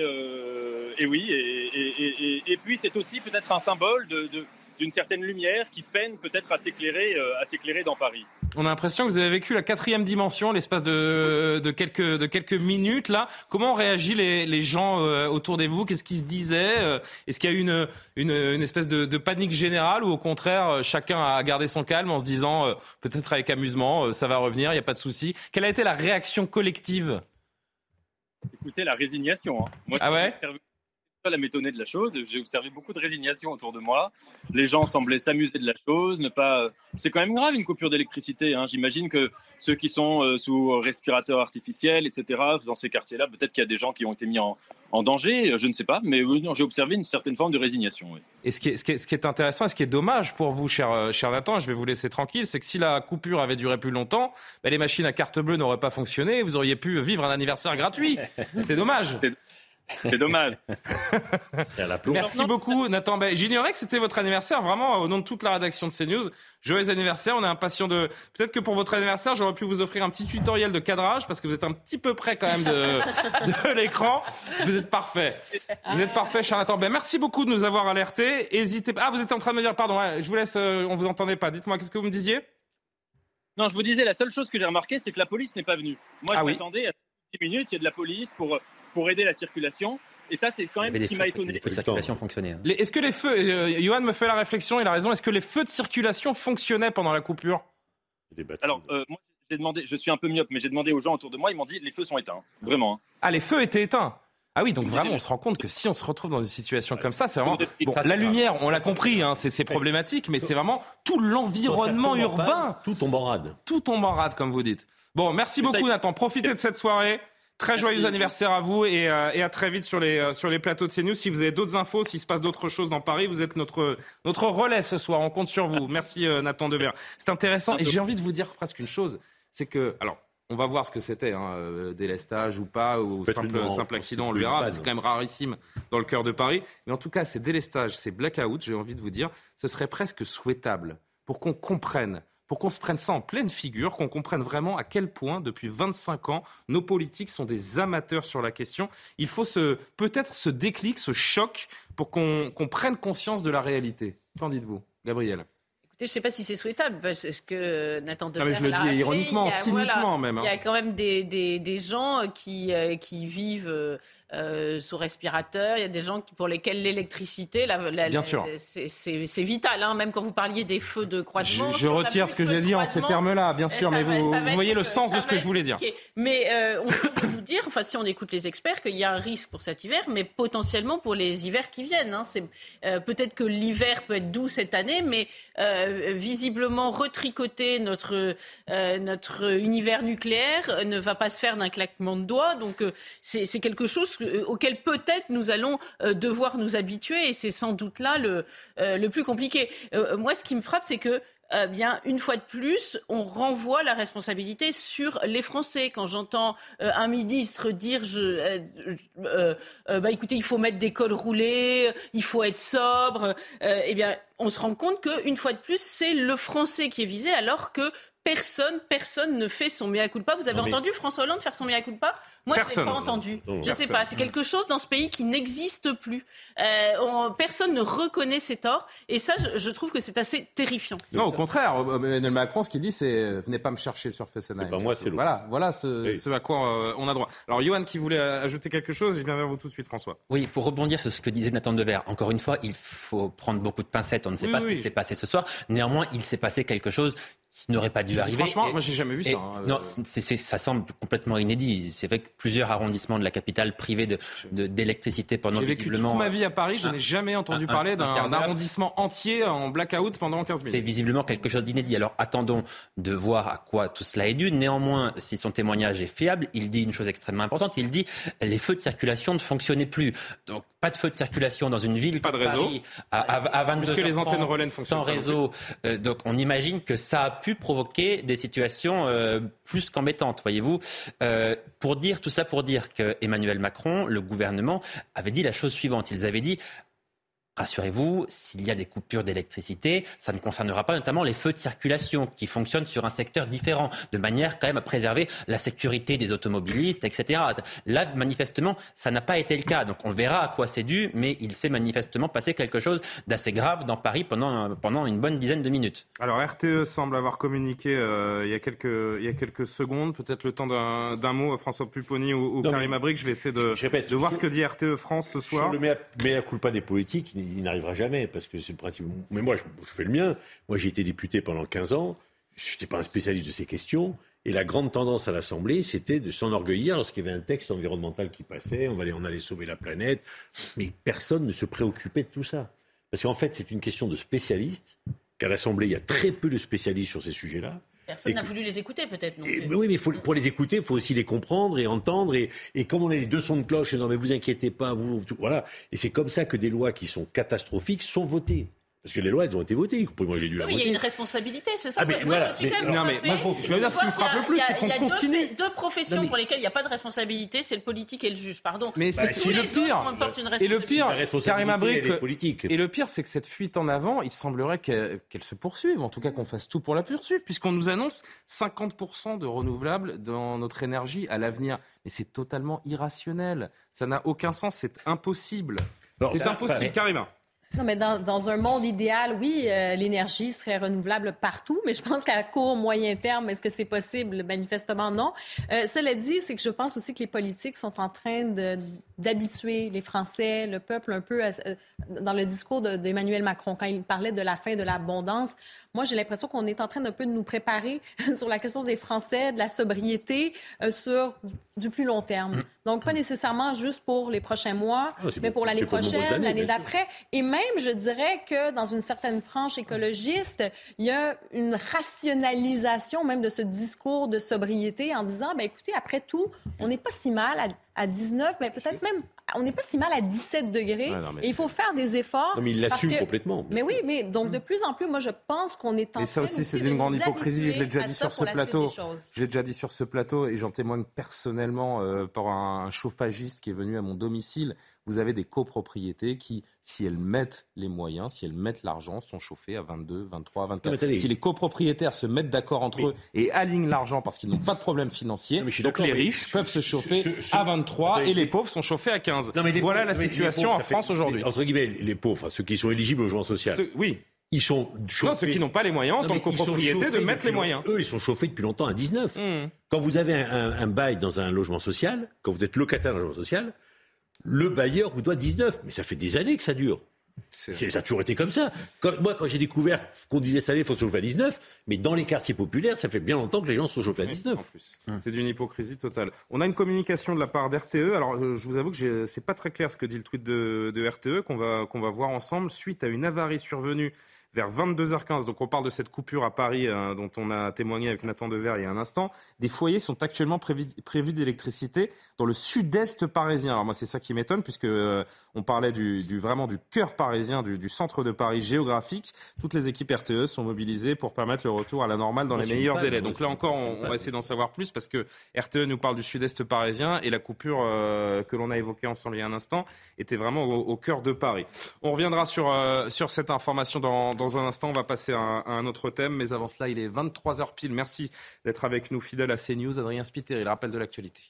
puis, c'est aussi peut-être un symbole d'une certaine lumière qui peine peut-être à s'éclairer dans Paris. On a l'impression que vous avez vécu la 4e dimension, l'espace de quelques minutes là. Comment ont réagi les gens autour de vous? Qu'est-ce qu'ils se disaient? Est-ce qu'il y a eu une espèce de panique générale, ou au contraire chacun a gardé son calme en se disant peut-être avec amusement, ça va revenir, il n'y a pas de souci? Quelle a été la réaction collective? Écoutez, la résignation. Moi, à m'étonner de la chose. J'ai observé beaucoup de résignation autour de moi. Les gens semblaient s'amuser de la chose, C'est quand même grave une coupure d'électricité. J'imagine que ceux qui sont sous respirateur artificiel, etc., dans ces quartiers-là, peut-être qu'il y a des gens qui ont été mis en danger. Je ne sais pas, mais j'ai observé une certaine forme de résignation. Oui. Et ce qui est intéressant et ce qui est dommage pour vous, cher Nathan, je vais vous laisser tranquille, c'est que si la coupure avait duré plus longtemps, les machines à carte bleue n'auraient pas fonctionné. Vous auriez pu vivre un anniversaire gratuit. C'est dommage. C'est dommage. Merci beaucoup, Nathan. J'ignorais que c'était votre anniversaire, vraiment, au nom de toute la rédaction de CNews. Joyeux anniversaire, on est impatient de... Peut-être que pour votre anniversaire, j'aurais pu vous offrir un petit tutoriel de cadrage, parce que vous êtes un petit peu près quand même de l'écran. Vous êtes parfait. Vous êtes parfait, cher Nathan. Merci beaucoup de nous avoir alertés. Hésitez pas... vous étiez en train de me dire... Pardon, je vous laisse, on vous entendait pas. Dites-moi, qu'est-ce que vous me disiez? Non, je vous disais, la seule chose que j'ai remarqué, c'est que la police n'est pas venue. Moi, je m'attendais à 10 minutes, il y a de la police pour aider la circulation. Et ça, c'est quand même ce qui m'a étonné. Les feux de circulation fonctionnaient. Est-ce que les feux... Johan me fait la réflexion, il a raison. Est-ce que les feux de circulation fonctionnaient pendant la coupure? Alors, moi, j'ai demandé... Je suis un peu myope, mais j'ai demandé aux gens autour de moi. Ils m'ont dit, les feux sont éteints. Vraiment. Ah, les feux étaient éteints? Ah oui, donc vraiment, on se rend compte que si on se retrouve dans une situation comme ça, c'est vraiment... Bon, la lumière, on l'a compris, c'est problématique, mais c'est vraiment tout l'environnement urbain. Tout tombe en rade. Tout tombe en rade, comme vous dites. Bon, merci beaucoup, Nathan. Profitez de cette soirée. Très joyeux anniversaire à vous et à très vite sur les plateaux de CNews. Si vous avez d'autres infos, s'il se passe d'autres choses dans Paris, vous êtes notre relais ce soir. On compte sur vous. Merci Nathan Dever. C'est intéressant et j'ai envie de vous dire presque une chose. C'est que, alors, on va voir ce que c'était, délestage ou pas, ou simple accident, on le verra. C'est quand même rarissime dans le cœur de Paris. Mais en tout cas, ces délestages, ces blackouts, j'ai envie de vous dire, ce serait presque souhaitable pour qu'on comprenne, pour qu'on se prenne ça en pleine figure, qu'on comprenne vraiment à quel point, depuis 25 ans, nos politiques sont des amateurs sur la question. Il faut peut-être ce déclic, ce choc, pour qu'on prenne conscience de la réalité. Qu'en dites-vous, Gabriel? Je ne sais pas si c'est souhaitable, parce que Nathan Dever je le dis ironiquement, cyniquement même. Il y a quand même des gens qui vivent sous respirateur. Il y a des gens pour lesquels l'électricité, bien sûr, c'est vital. Même quand vous parliez des feux de croisement. Je retire ce que j'ai dit en ces termes-là, bien sûr, mais vous voyez le sens de ce que je voulais dire. Mais on peut vous dire, si on écoute les experts, qu'il y a un risque pour cet hiver, mais potentiellement pour les hivers qui viennent. Peut-être que l'hiver peut être doux cette année, mais visiblement retricoter notre univers nucléaire ne va pas se faire d'un claquement de doigts. Donc c'est quelque chose auquel peut-être nous allons devoir nous habituer, et c'est sans doute là le plus compliqué. Moi, ce qui me frappe, c'est que une fois de plus, on renvoie la responsabilité sur les Français. Quand j'entends un ministre dire écoutez, il faut mettre des cols roulés, il faut être sobre, on se rend compte qu'une fois de plus, c'est le Français qui est visé, alors que Personne ne fait son mea culpa. Vous avez entendu François Hollande faire son mea culpa ? Moi, je ne l'ai pas entendu. Je ne sais pas. C'est quelque chose dans ce pays qui n'existe plus. Personne ne reconnaît ses torts. Et ça, je trouve que c'est assez terrifiant. Non, au contraire. Emmanuel Macron, ce qu'il dit, c'est venez pas me chercher sur Fessenheim. Moi, c'est l'autre. Voilà ce à quoi on a droit. Alors, Johan qui voulait ajouter quelque chose, je viens vers vous tout de suite, François. Oui, pour rebondir sur ce que disait Nathan Devers, encore une fois, il faut prendre beaucoup de pincettes. On ne sait pas ce qui s'est passé ce soir. Néanmoins, il s'est passé quelque chose qui n'aurait pas dû arriver. Franchement, moi, j'ai jamais vu ça. Non, ça semble complètement inédit. C'est vrai que plusieurs arrondissements de la capitale privés d'électricité pendant visiblement... J'ai vécu toute ma vie à Paris, je n'ai jamais entendu parler d'un arrondissement entier en blackout pendant 15 minutes. C'est visiblement quelque chose d'inédit. Alors attendons de voir à quoi tout cela est dû. Néanmoins, si son témoignage est fiable, il dit une chose extrêmement importante. Il dit les feux de circulation ne fonctionnaient plus. Donc pas de feux de circulation dans une ville pas de réseau. Paris à 22h30 parce que les antennes relais sans réseau. Donc on imagine que ça a pu provoquer des situations plus qu'embêtantes, voyez-vous. Tout cela pour dire que Emmanuel Macron, le gouvernement, avait dit la chose suivante. Ils avaient dit rassurez-vous, s'il y a des coupures d'électricité, ça ne concernera pas notamment les feux de circulation qui fonctionnent sur un secteur différent, de manière quand même à préserver la sécurité des automobilistes, etc. Là, manifestement, ça n'a pas été le cas. Donc on verra à quoi c'est dû, mais il s'est manifestement passé quelque chose d'assez grave dans Paris pendant une bonne dizaine de minutes. Alors RTE semble avoir communiqué il y a quelques secondes, peut-être le temps d'un mot, François Pupponi ou Karim Abrik. Je vais essayer de voir ce que dit RTE France ce soir. Sur le mea culpa des politiques, il n'arrivera jamais, parce que c'est le principe. Mais moi, je fais le mien. Moi, j'ai été député pendant 15 ans. Je n'étais pas un spécialiste de ces questions. Et la grande tendance à l'Assemblée, c'était de s'enorgueillir lorsqu'il y avait un texte environnemental qui passait. On allait sauver la planète. Mais personne ne se préoccupait de tout ça. Parce qu'en fait, c'est une question de spécialistes. Qu'à l'Assemblée, il y a très peu de spécialistes sur ces sujets-là. Personne n'a voulu les écouter, peut-être, non plus. Oui, mais pour les écouter, il faut aussi les comprendre et entendre. Et comme on a les deux sons de cloche, non, mais vous inquiétez pas, voilà. Et c'est comme ça que des lois qui sont catastrophiques sont votées. Parce que les lois, elles ont été votées, y compris moi, j'ai dû la voter. Il y a une responsabilité, c'est ça. Mais moi, je suis quand même frappée. Je veux dire, ce qui me frappe le plus, c'est qu'on continue. Il y a deux professions pour lesquelles il n'y a pas de responsabilité, c'est le politique et le juge, pardon. Mais c'est le pire. Et le pire, Karim Abrik, et le pire, c'est que cette fuite en avant, il semblerait qu'elle se poursuive, en tout cas qu'on fasse tout pour la poursuivre, puisqu'on nous annonce 50% de renouvelables dans notre énergie à l'avenir. Mais c'est totalement irrationnel. Ça n'a aucun sens, c'est impossible. C'est impossible, Karim. Non, mais dans un monde idéal, oui, l'énergie serait renouvelable partout, mais je pense qu'à court, moyen terme, est-ce que c'est possible? Manifestement, non. Cela dit, c'est que je pense aussi que les politiques sont en train d'habituer les Français, le peuple, un peu dans le discours d'Emmanuel Macron, quand il parlait de la fin de l'abondance. Moi, j'ai l'impression qu'on est en train d'un peu de nous préparer sur la question des Français, de la sobriété, sur du plus long terme. Donc, pas nécessairement juste pour les prochains mois, mais pour l'année prochaine, l'année d'après. Et même, je dirais que dans une certaine frange écologiste, il y a une rationalisation même de ce discours de sobriété en disant, ben écoutez, après tout, on n'est pas si mal à 19, mais peut-être même, on n'est pas si mal à 17 degrés. Ouais, et il faut faire des efforts. Non, mais il l'assume complètement. Mais oui, mais donc de plus en plus, moi, je pense qu'on est en train. Et ça aussi, c'est d'une grande hypocrisie. Je l'ai déjà dit sur ce plateau. Je l'ai déjà dit sur ce plateau et j'en témoigne personnellement par un chauffagiste qui est venu à mon domicile. Vous avez des copropriétés qui, si elles mettent les moyens, si elles mettent l'argent, sont chauffées à 22, 23, 24. Si les copropriétaires se mettent d'accord entre eux et alignent l'argent parce qu'ils n'ont pas de problème financier, donc les riches peuvent se chauffer à 23 et les pauvres sont chauffés à 15. Voilà la situation en France aujourd'hui. Entre guillemets, les pauvres, ceux qui sont éligibles au logement social. Oui. Ils sont chauffés. Non, ceux qui n'ont pas les moyens en tant que copropriété de mettre les moyens. Eux, ils sont chauffés depuis longtemps à 19. Quand vous avez un bail dans un logement social, quand vous êtes locataire d'un logement social, le bailleur vous doit 19. Mais ça fait des années que ça dure. Ça a toujours été comme ça. Quand j'ai découvert qu'on disait cette année, il faut se chauffer à 19, mais dans les quartiers populaires, ça fait bien longtemps que les gens se chauffent à 19. En plus. C'est d'une hypocrisie totale. On a une communication de la part d'RTE. Alors, je vous avoue que c'est pas très clair ce que dit le tweet de RTE, qu'on va voir ensemble, suite à une avarie survenue vers 22h15, donc on parle de cette coupure à Paris dont on a témoigné avec Nathan Devers il y a un instant. Des foyers sont actuellement prévus d'électricité dans le sud-est parisien. Alors moi c'est ça qui m'étonne puisque on parlait vraiment du cœur parisien, du centre de Paris géographique. Toutes les équipes RTE sont mobilisées pour permettre le retour à la normale dans les meilleurs délais. Donc là encore on va essayer d'en savoir plus parce que RTE nous parle du sud-est parisien et la coupure que l'on a évoquée ensemble il y a un instant était vraiment au cœur de Paris. On reviendra sur cette information dans Dans un instant, on va passer à un autre thème, mais avant cela, il est 23h pile. Merci d'être avec nous, fidèle à CNews. Adrien Spiteri, le rappel de l'actualité.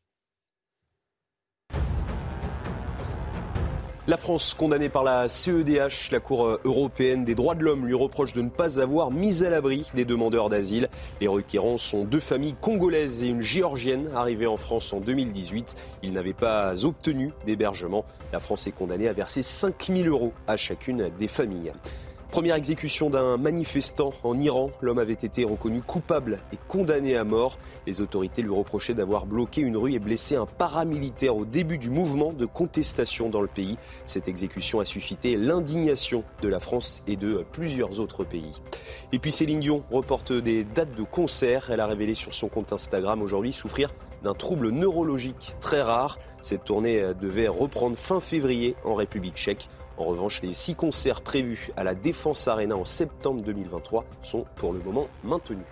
La France, condamnée par la CEDH, la Cour européenne des droits de l'homme, lui reproche de ne pas avoir mis à l'abri des demandeurs d'asile. Les requérants sont 2 familles congolaises et une géorgienne arrivées en France en 2018. Ils n'avaient pas obtenu d'hébergement. La France est condamnée à verser 5 000 € à chacune des familles. Première exécution d'un manifestant en Iran. L'homme avait été reconnu coupable et condamné à mort. Les autorités lui reprochaient d'avoir bloqué une rue et blessé un paramilitaire au début du mouvement de contestation dans le pays. Cette exécution a suscité l'indignation de la France et de plusieurs autres pays. Et puis Céline Dion reporte des dates de concert. Elle a révélé sur son compte Instagram aujourd'hui souffrir d'un trouble neurologique très rare. Cette tournée devait reprendre fin février en République tchèque. En revanche, les 6 concerts prévus à la Défense Arena en septembre 2023 sont pour le moment maintenus.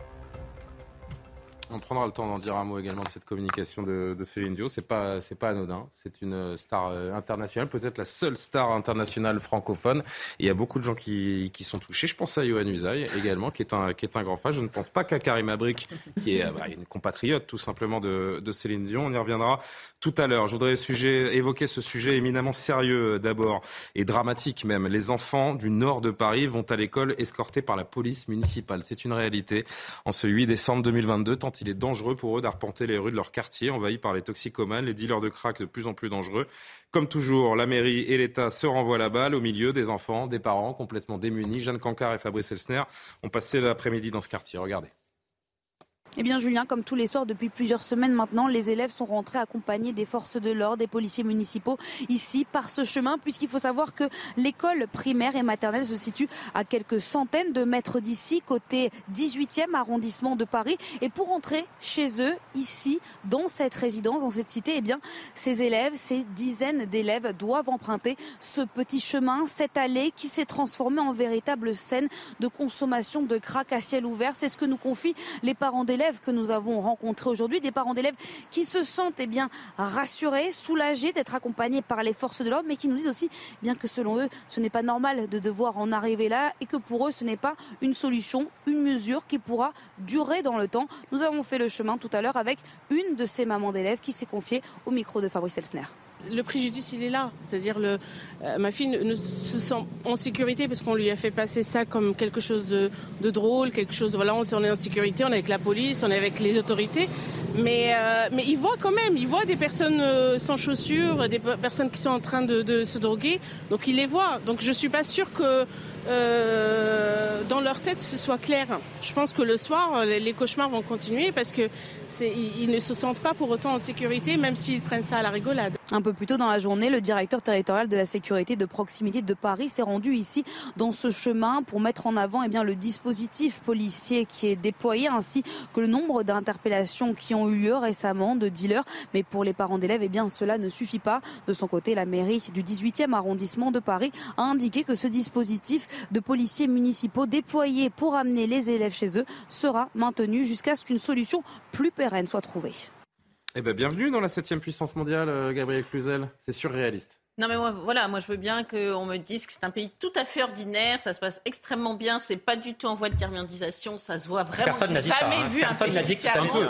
On prendra le temps d'en dire un mot également de cette communication de Céline Dion. C'est pas anodin. C'est une star internationale, peut-être la seule star internationale francophone. Et il y a beaucoup de gens qui sont touchés. Je pense à Yohann Usaï également, qui est un grand fan. Je ne pense pas qu'à Karim Abrik, qui est une compatriote tout simplement de Céline Dion. On y reviendra tout à l'heure. Je voudrais évoquer ce sujet éminemment sérieux d'abord et dramatique même. Les enfants du nord de Paris vont à l'école escortés par la police municipale. C'est une réalité. En ce 8 décembre 2022, tant il est dangereux pour eux d'arpenter les rues de leur quartier, envahis par les toxicomanes, les dealers de crack de plus en plus dangereux. Comme toujours, la mairie et l'État se renvoient la balle au milieu des enfants, des parents complètement démunis. Jeanne Cancard et Fabrice Elsner ont passé l'après-midi dans ce quartier. Regardez. Eh bien Julien, comme tous les soirs depuis plusieurs semaines maintenant, les élèves sont rentrés accompagnés des forces de l'ordre, des policiers municipaux ici par ce chemin, puisqu'il faut savoir que l'école primaire et maternelle se situe à quelques centaines de mètres d'ici, côté 18e arrondissement de Paris. Et pour rentrer chez eux, ici, dans cette résidence, dans cette cité, eh bien ces élèves, ces dizaines d'élèves doivent emprunter ce petit chemin, cette allée qui s'est transformée en véritable scène de consommation de crack à ciel ouvert. C'est ce que nous confient les parents d'élèves que nous avons rencontrés aujourd'hui, des parents d'élèves qui se sentent rassurés, soulagés d'être accompagnés par les forces de l'ordre, mais qui nous disent aussi bien que selon eux, ce n'est pas normal de devoir en arriver là et que pour eux, ce n'est pas une solution, une mesure qui pourra durer dans le temps. Nous avons fait le chemin tout à l'heure avec une de ces mamans d'élèves qui s'est confiée au micro de Fabrice Elsner. Le préjudice, il est là. C'est-à-dire, ma fille ne se sent en sécurité parce qu'on lui a fait passer ça comme quelque chose de drôle, quelque chose, voilà, on est en sécurité, on est avec la police, on est avec les autorités. Mais il voit quand même, il voit des personnes sans chaussures, des personnes qui sont en train de se droguer. Donc il les voit. Donc je ne suis pas sûre que dans leur tête ce soit clair. Je pense que le soir, les cauchemars vont continuer parce qu'ils ne se sentent pas pour autant en sécurité, même s'ils prennent ça à la rigolade. Un peu plus tôt dans la journée, le directeur territorial de la sécurité de proximité de Paris s'est rendu ici dans ce chemin pour mettre en avant le dispositif policier qui est déployé, ainsi que le nombre d'interpellations qui ont eu lieu récemment de dealers. Mais pour les parents d'élèves, cela ne suffit pas. De son côté, la mairie du 18e arrondissement de Paris a indiqué que ce dispositif de policiers municipaux déployés pour amener les élèves chez eux sera maintenu jusqu'à ce qu'une solution plus pérenne soit trouvée. Eh bien, bienvenue dans la 7e puissance mondiale, Gabriel Cluzel. C'est surréaliste. Non mais moi je veux bien qu'on me dise que c'est un pays tout à fait ordinaire, ça se passe extrêmement bien, c'est pas du tout en voie de tiers-mondisation, ça se voit vraiment. Personne n'a dit ça. Personne n'a dit que c'était un peu.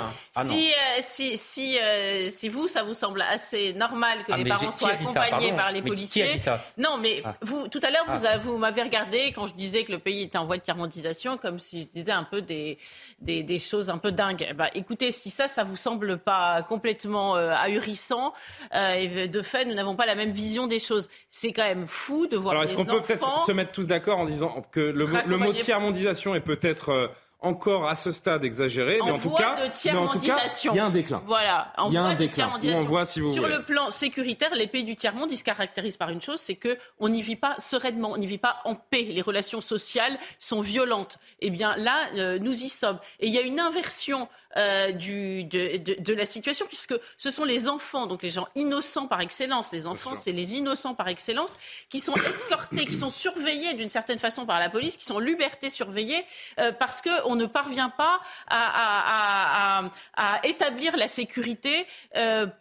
Si vous, ça vous semble assez normal que les parents soient accompagnés par les policiers. Qui a dit ça ? Non mais vous, tout à l'heure, vous m'avez regardé quand je disais que le pays était en voie de tiers-mondisation, comme si je disais un peu des choses un peu dingues. Écoutez, si ça vous semble pas complètement ahurissant, et de fait, nous n'avons pas la même vision des choses. C'est quand même fou de voir des enfants... Alors, est-ce qu'on peut peut-être se mettre tous d'accord en disant que le mot tiers-mondisation est peut-être... encore à ce stade exagéré, mais en tout cas, il y a un déclin. Voilà, en voie de tiers-mondisation. On voit, si vous Sur voulez. le plan sécuritaire, les pays du tiers-monde, ils se caractérisent par une chose, c'est qu'on n'y vit pas sereinement, on n'y vit pas en paix. Les relations sociales sont violentes. Eh bien là, nous y sommes. Et il y a une inversion de la situation, puisque ce sont les enfants, donc les gens innocents par excellence. Les enfants, c'est les innocents par excellence, qui sont escortés, qui sont surveillés d'une certaine façon par la police, qui sont en liberté surveillés, parce qu'on ne parvient pas à établir la sécurité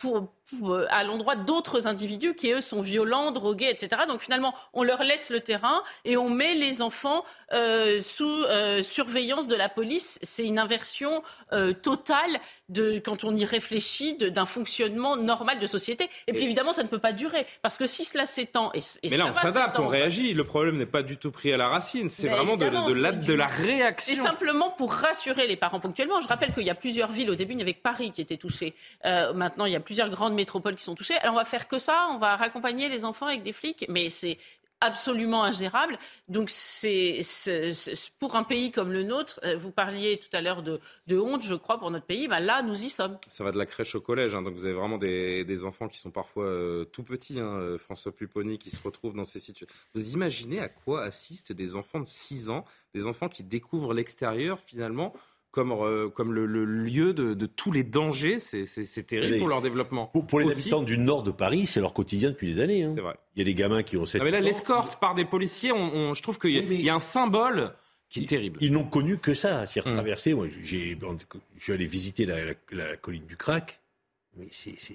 à l'endroit d'autres individus qui, eux, sont violents, drogués, etc. Donc finalement, on leur laisse le terrain et on met les enfants sous surveillance de la police. C'est une inversion totale, quand on y réfléchit, d'un fonctionnement normal de société. Et puis évidemment, ça ne peut pas durer. Parce que si cela s'étend... Mais là, on s'adapte, on réagit. Le problème n'est pas du tout pris à la racine. C'est vraiment de la réaction. C'est simplement pour rassurer les parents ponctuellement. Je rappelle qu'il y a plusieurs villes. Au début, il n'y avait que Paris qui était touché. Maintenant, il y a plusieurs grandes métropoles qui sont touchées. Alors, on va faire que ça. On va raccompagner les enfants avec des flics. Mais c'est absolument ingérable. Donc, c'est pour un pays comme le nôtre, vous parliez tout à l'heure de honte, je crois, pour notre pays. Ben là, nous y sommes. Ça va de la crèche au collège. Donc, vous avez vraiment des enfants qui sont parfois tout petits. François Pupponi qui se retrouve dans ces situations. Vous imaginez à quoi assistent des enfants de 6 ans, des enfants qui découvrent l'extérieur, finalement, comme le lieu de tous les dangers. C'est terrible pour leur développement. Pour les habitants du nord de Paris, c'est leur quotidien depuis des années. C'est vrai. Il y a des gamins qui ont 7 ans. Mais là, l'escorte par des policiers, je trouve qu'il y a un symbole qui est terrible. Ils n'ont connu que ça. C'est traversé. Moi, je suis allé visiter la colline du Crac. Mais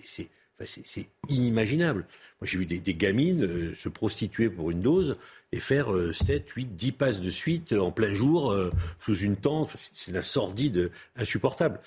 c'est inimaginable. Moi, j'ai vu des gamines se prostituer pour une dose et faire 7, 8, 10 passes de suite en plein jour, sous une tente. C'est la sordide insupportable.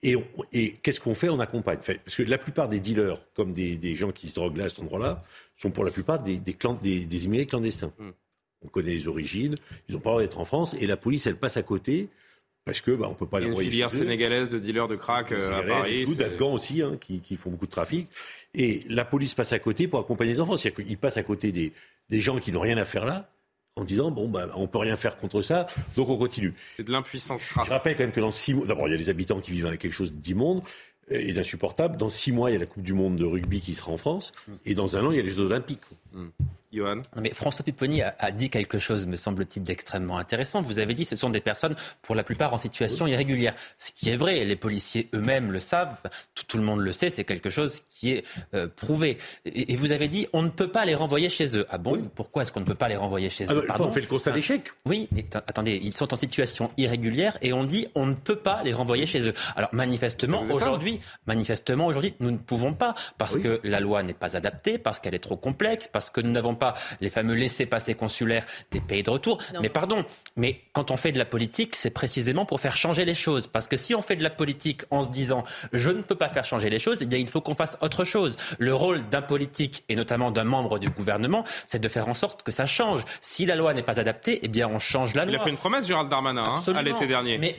Et qu'est-ce qu'on fait ? On accompagne. Parce que la plupart des dealers, comme des gens qui se droguent là, à cet endroit-là, sont pour la plupart des immigrés clandestins. On connaît les origines, ils n'ont pas le droit d'être en France, et la police, elle passe à côté. Parce que on peut pas les envoyer. Il y a une filière sénégalaise de dealers de crack à Paris. D'Afghans aussi, qui font beaucoup de trafic. Et la police passe à côté pour accompagner les enfants. C'est-à-dire qu'ils passent à côté des gens qui n'ont rien à faire là, en disant on peut rien faire contre ça, donc on continue. C'est de l'impuissance. Je rappelle quand même que dans 6 mois, d'abord il y a des habitants qui vivent avec quelque chose d'immonde et d'insupportable. Dans 6 mois, il y a la Coupe du Monde de rugby qui sera en France, et dans 1 an, il y a les Jeux Olympiques. Johan. Mais François Pupponi a dit quelque chose, me semble-t-il, d'extrêmement intéressant. Vous avez dit que ce sont des personnes, pour la plupart, en situation irrégulière. Ce qui est vrai, les policiers eux-mêmes le savent, tout le monde le sait, c'est quelque chose qui est prouvé. Et vous avez dit, on ne peut pas les renvoyer chez eux. Ah bon ? Oui. Pourquoi est-ce qu'on ne peut pas les renvoyer chez eux ? On fait le constat d'échec. Oui, mais attendez, ils sont en situation irrégulière et on dit, on ne peut pas les renvoyer chez eux. Alors manifestement, aujourd'hui, nous ne pouvons pas, parce que la loi n'est pas adaptée, parce qu'elle est trop complexe, parce que nous n'avons pas les fameux laissez-passer consulaires des pays de retour. Mais quand on fait de la politique, c'est précisément pour faire changer les choses. Parce que si on fait de la politique en se disant « je ne peux pas faire changer les choses », eh bien il faut qu'on fasse autre chose. Le rôle d'un politique, et notamment d'un membre du gouvernement, c'est de faire en sorte que ça change. Si la loi n'est pas adaptée, eh bien on change la loi. Il a fait une promesse, Gérald Darmanin, à l'été dernier. Mais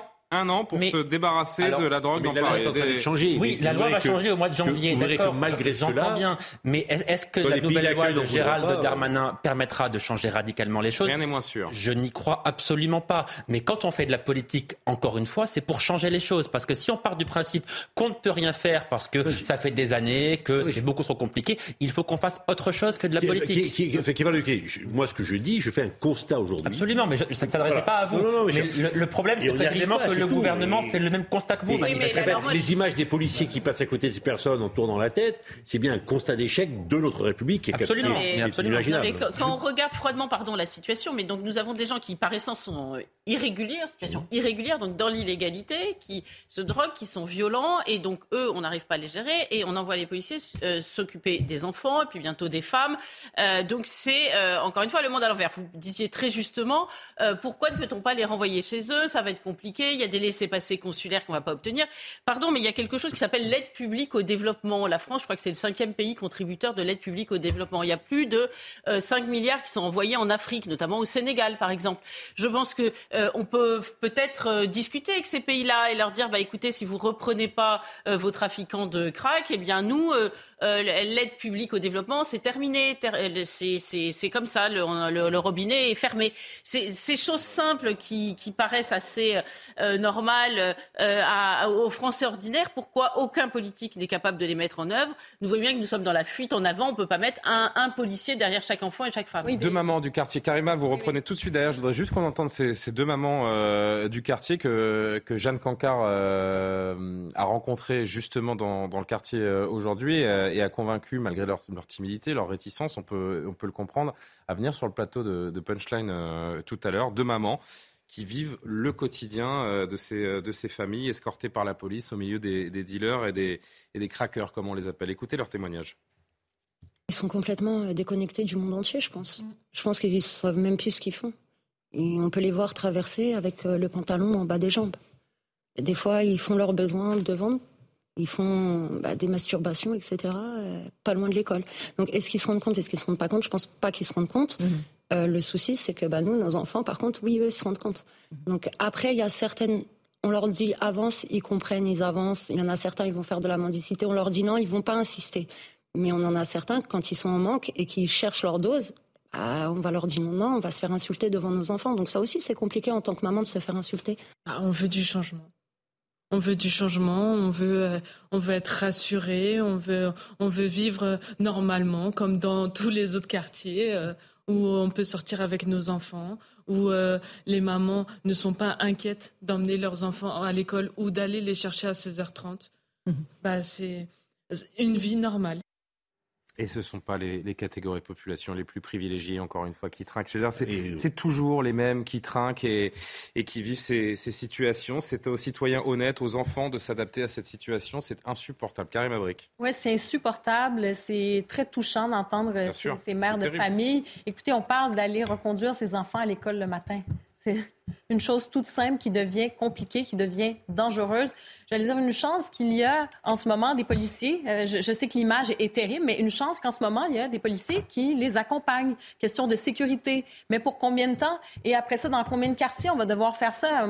1 an pour se débarrasser de la drogue dans Paris. Oui, la loi va changer au mois de janvier. D'accord, malgré cela, j'entends bien. Mais est-ce que la nouvelle loi de Gérald Darmanin permettra de changer radicalement les choses ? Rien n'est moins sûr. Je n'y crois absolument pas. Mais quand on fait de la politique, encore une fois, c'est pour changer les choses. Parce que si on part du principe qu'on ne peut rien faire parce que ça fait des années, que c'est beaucoup trop compliqué, il faut qu'on fasse autre chose que de la politique. Moi, ce que je dis, je fais un constat aujourd'hui. Absolument, mais ça ne s'adressait pas à vous. Le problème, c'est précisément que le gouvernement fait le même constat que vous. Les images des policiers qui passent à côté de ces personnes en tournant la tête, c'est bien un constat d'échec de notre République qui est inimaginable. Quand on regarde froidement la situation, mais donc nous avons des gens qui par essence sont irréguliers, en situation irrégulière, donc dans l'illégalité, qui se droguent, qui sont violents, et donc eux, on n'arrive pas à les gérer, et on envoie les policiers s'occuper des enfants, et puis bientôt des femmes. Donc c'est, encore une fois, le monde à l'envers. Vous disiez très justement, pourquoi ne peut-on pas les renvoyer chez eux ? Ça va être compliqué, il y a des laissez-passer consulaires qu'on ne va pas obtenir. Pardon, mais il y a quelque chose qui s'appelle l'aide publique au développement. La France, je crois que c'est le 5e pays contributeur de l'aide publique au développement. Il y a plus de 5 milliards qui sont envoyés en Afrique, notamment au Sénégal, par exemple. Je pense que on peut peut-être discuter avec ces pays-là et leur dire, écoutez, si vous reprenez pas vos trafiquants de crack, eh bien nous, l'aide publique au développement, c'est terminé. C'est comme ça, le robinet est fermé. Ces choses simples qui paraissent assez normales aux Français ordinaires, pourquoi aucun politique n'est capable de les mettre en œuvre ? Nous voyons bien que nous sommes dans la fuite en avant. On ne peut pas mettre un policier derrière chaque enfant et chaque femme. Deux mamans du quartier. Karima, vous reprenez tout de suite derrière. Je voudrais juste qu'on entende ces deux mamans du quartier que Jeanne Cancard a rencontrées justement dans le quartier aujourd'hui et a convaincu, malgré leur timidité, leur réticence, on peut le comprendre, à venir sur le plateau de Punchline tout à l'heure. Deux mamans qui vivent le quotidien de ces familles escortées par la police au milieu des dealers et des crackers, comme on les appelle. Écoutez leur témoignage. Ils sont complètement déconnectés du monde entier, je pense. Je pense qu'ils ne savent même plus ce qu'ils font. Et on peut les voir traverser avec le pantalon en bas des jambes. Des fois, ils font leurs besoins devant nous. Ils font des masturbations, etc., pas loin de l'école. Donc, est-ce qu'ils se rendent compte, est-ce qu'ils ne se rendent pas compte ? Je ne pense pas qu'ils se rendent compte. Le souci, c'est que nous, nos enfants, par contre, oui, eux, ils se rendent compte. Donc, après, il y a certaines... On leur dit avance, ils comprennent, ils avancent. Il y en a certains, ils vont faire de la mendicité. On leur dit non, ils ne vont pas insister. Mais on en a certains, quand ils sont en manque et qu'ils cherchent leur dose, on va leur dire non, on va se faire insulter devant nos enfants. Donc ça aussi, c'est compliqué en tant que maman de se faire insulter. On veut du changement. On veut du changement, on veut être rassuré, on veut vivre normalement, comme dans tous les autres quartiers, où on peut sortir avec nos enfants, où les mamans ne sont pas inquiètes d'emmener leurs enfants à l'école ou d'aller les chercher à 16h30. C'est une vie normale. Et ce ne sont pas les catégories de population les plus privilégiées, encore une fois, qui trinquent. Je veux dire, c'est toujours les mêmes qui trinquent et qui vivent ces situations. C'est aux citoyens honnêtes, aux enfants de s'adapter à cette situation. C'est insupportable. Karim Abric. Oui, c'est insupportable. C'est très touchant d'entendre ces mères de famille. Écoutez, on parle d'aller reconduire ses enfants à l'école le matin. C'est une chose toute simple qui devient compliquée, qui devient dangereuse. J'allais dire une chance qu'il y a en ce moment des policiers. Je sais que l'image est terrible, mais une chance qu'en ce moment, il y a des policiers qui les accompagnent. Question de sécurité. Mais pour combien de temps? Et après ça, dans combien de quartiers on va devoir faire ça?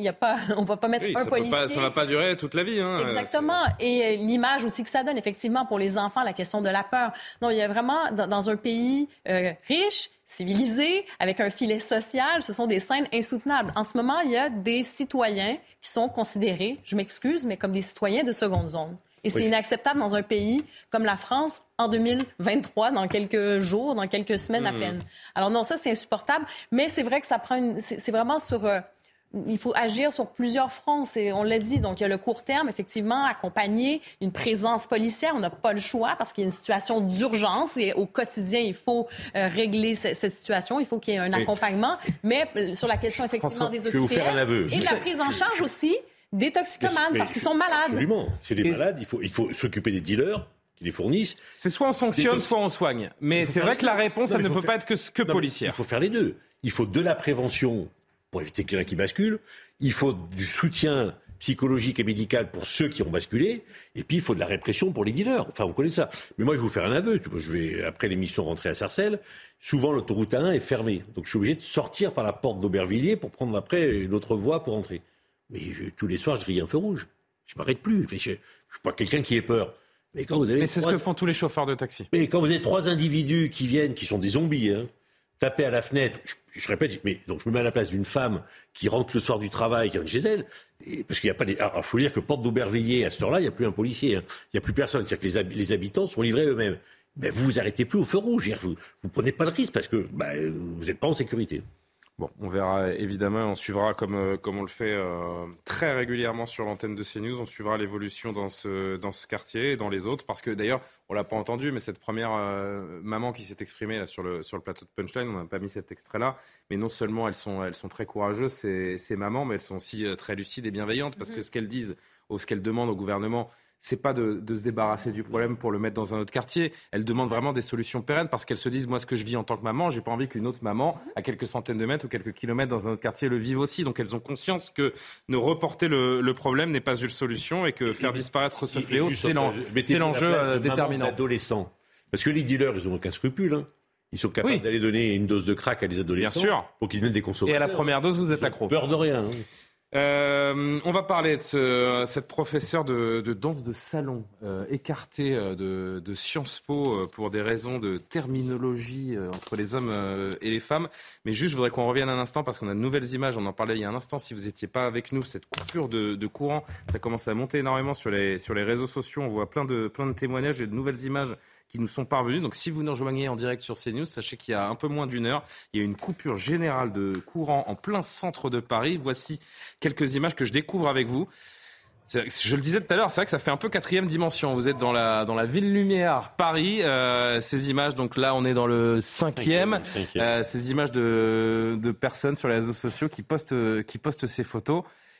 On va pas mettre un policier. Ça va pas durer toute la vie. Exactement. Et l'image aussi que ça donne, effectivement, pour les enfants, la question de la peur. Non, il y a vraiment, dans un pays riche, civilisé, avec un filet social, ce sont des scènes insoutenables. En ce moment, il y a des citoyens qui sont considérés, je m'excuse, mais comme des citoyens de seconde zone. Et c'est inacceptable dans un pays comme la France en 2023, dans quelques jours, dans quelques semaines à peine. Alors non, ça, c'est insupportable, mais c'est vrai que ça prend c'est vraiment sur... il faut agir sur plusieurs fronts. On l'a dit, donc il y a le court terme, effectivement, accompagner une présence policière. On n'a pas le choix parce qu'il y a une situation d'urgence et au quotidien, il faut régler cette situation. Il faut qu'il y ait un accompagnement. Mais sur la question, effectivement, des OQTF et de la prise en charge aussi des toxicomanes parce qu'ils sont malades. Absolument. C'est des malades. Il faut s'occuper des dealers qui les fournissent. C'est soit on sanctionne, soit on soigne. Mais c'est vrai que la réponse, elle ne peut pas être que policière. Il faut faire les deux. Il faut de la prévention pour éviter qu'il y en ait qui basculent. Il faut du soutien psychologique et médical pour ceux qui ont basculé. Et puis, il faut de la répression pour les dealers. Enfin, on connaît ça. Mais moi, je vais vous faire un aveu. Je vais, après l'émission, rentrer à Sarcelles. Souvent, l'autoroute A1 est fermée. Donc, je suis obligé de sortir par la porte d'Aubervilliers pour prendre après une autre voie pour rentrer. Mais tous les soirs, je grille un feu rouge. Je ne m'arrête plus. Je ne suis pas quelqu'un qui ait peur. Mais c'est ce que font tous les chauffeurs de taxi. Mais quand vous avez 3 individus qui viennent, qui sont des zombies, taper à la fenêtre, je répète, mais donc je me mets à la place d'une femme qui rentre le soir du travail, qui rentre chez elle, parce qu'il n'y a pas des... Alors, il faut dire que porte d'Aubervilliers, à cette heure-là, il n'y a plus un policier, il n'y a plus personne, c'est-à-dire que les habitants sont livrés eux-mêmes. Mais vous vous arrêtez plus au feu rouge, vous ne prenez pas le risque parce que vous n'êtes pas en sécurité. Bon, on verra évidemment, on suivra comme on le fait très régulièrement sur l'antenne de CNews, on suivra l'évolution dans ce quartier et dans les autres, parce que d'ailleurs, on l'a pas entendu, mais cette première maman qui s'est exprimée là sur le plateau de Punchline, on n'a pas mis cet extrait-là, mais non seulement elles sont très courageuses, ces mamans, mais elles sont aussi très lucides et bienveillantes, parce que ce qu'elles disent ou ce qu'elles demandent au gouvernement, c'est pas de se débarrasser du problème pour le mettre dans un autre quartier. Elles demandent vraiment des solutions pérennes parce qu'elles se disent, moi, ce que je vis en tant que maman, j'ai pas envie qu'une autre maman, à quelques centaines de mètres ou quelques kilomètres dans un autre quartier, le vive aussi. Donc elles ont conscience que ne reporter le problème n'est pas une solution et que faire disparaître ce fléau, c'est l'enjeu déterminant. Adolescents. Parce que les dealers, ils n'ont aucun scrupule. Ils sont capables d'aller donner une dose de crack à des adolescents. Bien sûr. Pour qu'ils deviennent des consommateurs. Et à la première dose, vous êtes accro. Peur de rien. On va parler de cette professeure de danse de salon écartée de Sciences Po pour des raisons de terminologie entre les hommes et les femmes. Mais juste, je voudrais qu'on revienne un instant parce qu'on a de nouvelles images. On en parlait il y a un instant. Si vous n'étiez pas avec nous, cette coupure de courant, ça commence à monter énormément sur les réseaux sociaux. On voit plein de témoignages et de nouvelles images qui nous sont parvenus. Donc si vous nous rejoignez en direct sur CNews, sachez qu'il y a un peu moins d'1 heure, il y a eu une coupure générale de courant en plein centre de Paris. Voici quelques images que je découvre avec vous. Je le disais tout à l'heure, c'est vrai que ça fait un peu 4e dimension. Vous êtes dans la ville lumière, Paris. Ces images, donc là, on est dans le 5e. Ces images de personnes sur les réseaux sociaux qui postent ces photos.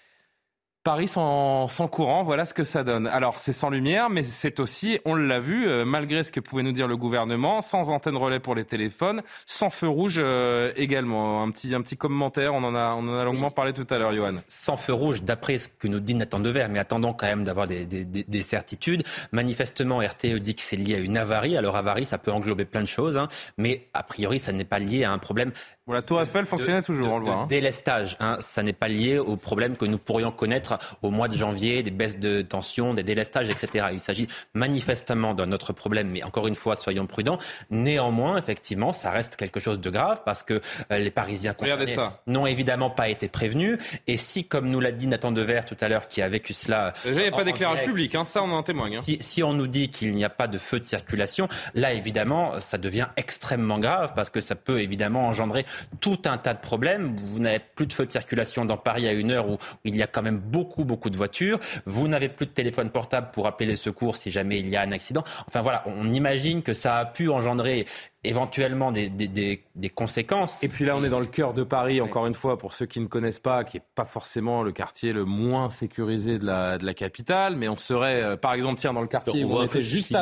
Paris sans courant, voilà ce que ça donne. Alors, c'est sans lumière, mais c'est aussi, on l'a vu, malgré ce que pouvait nous dire le gouvernement, sans antenne relais pour les téléphones, sans feu rouge également. Un petit commentaire, on en a longuement parlé tout à l'heure, Johan. Sans feu rouge, d'après ce que nous dit Nathan Devers, mais attendons quand même d'avoir des certitudes. Manifestement, RTE dit que c'est lié à une avarie. Alors, avarie, ça peut englober plein de choses, hein, mais a priori, ça n'est pas lié à un problème. Bon, la Tour Eiffel fonctionnait toujours, on le voit. Délestage, hein, ça n'est pas lié au problème que nous pourrions connaître au mois de janvier, des baisses de tension, des délestages, etc. Il s'agit manifestement d'un autre problème, mais encore une fois, soyons prudents. Néanmoins, effectivement, ça reste quelque chose de grave parce que les Parisiens concernés n'ont évidemment pas été prévenus. Et si, comme nous l'a dit Nathan Devers tout à l'heure, qui a vécu cela... Déjà, il n'y a pas d'éclairage public, hein, ça on en témoigne. Hein. Si on nous dit qu'il n'y a pas de feu de circulation, là, évidemment, ça devient extrêmement grave parce que ça peut évidemment engendrer tout un tas de problèmes. Vous n'avez plus de feu de circulation dans Paris à une heure où il y a quand même beaucoup de voitures. Vous n'avez plus de téléphone portable pour appeler les secours si jamais il y a un accident. Enfin voilà, on imagine que ça a pu engendrer éventuellement des conséquences. Et puis là, on est dans le cœur de Paris, encore une fois, pour ceux qui ne connaissent pas, qui n'est pas forcément le quartier le moins sécurisé de la capitale, mais on serait, par exemple, dans le quartier où on était juste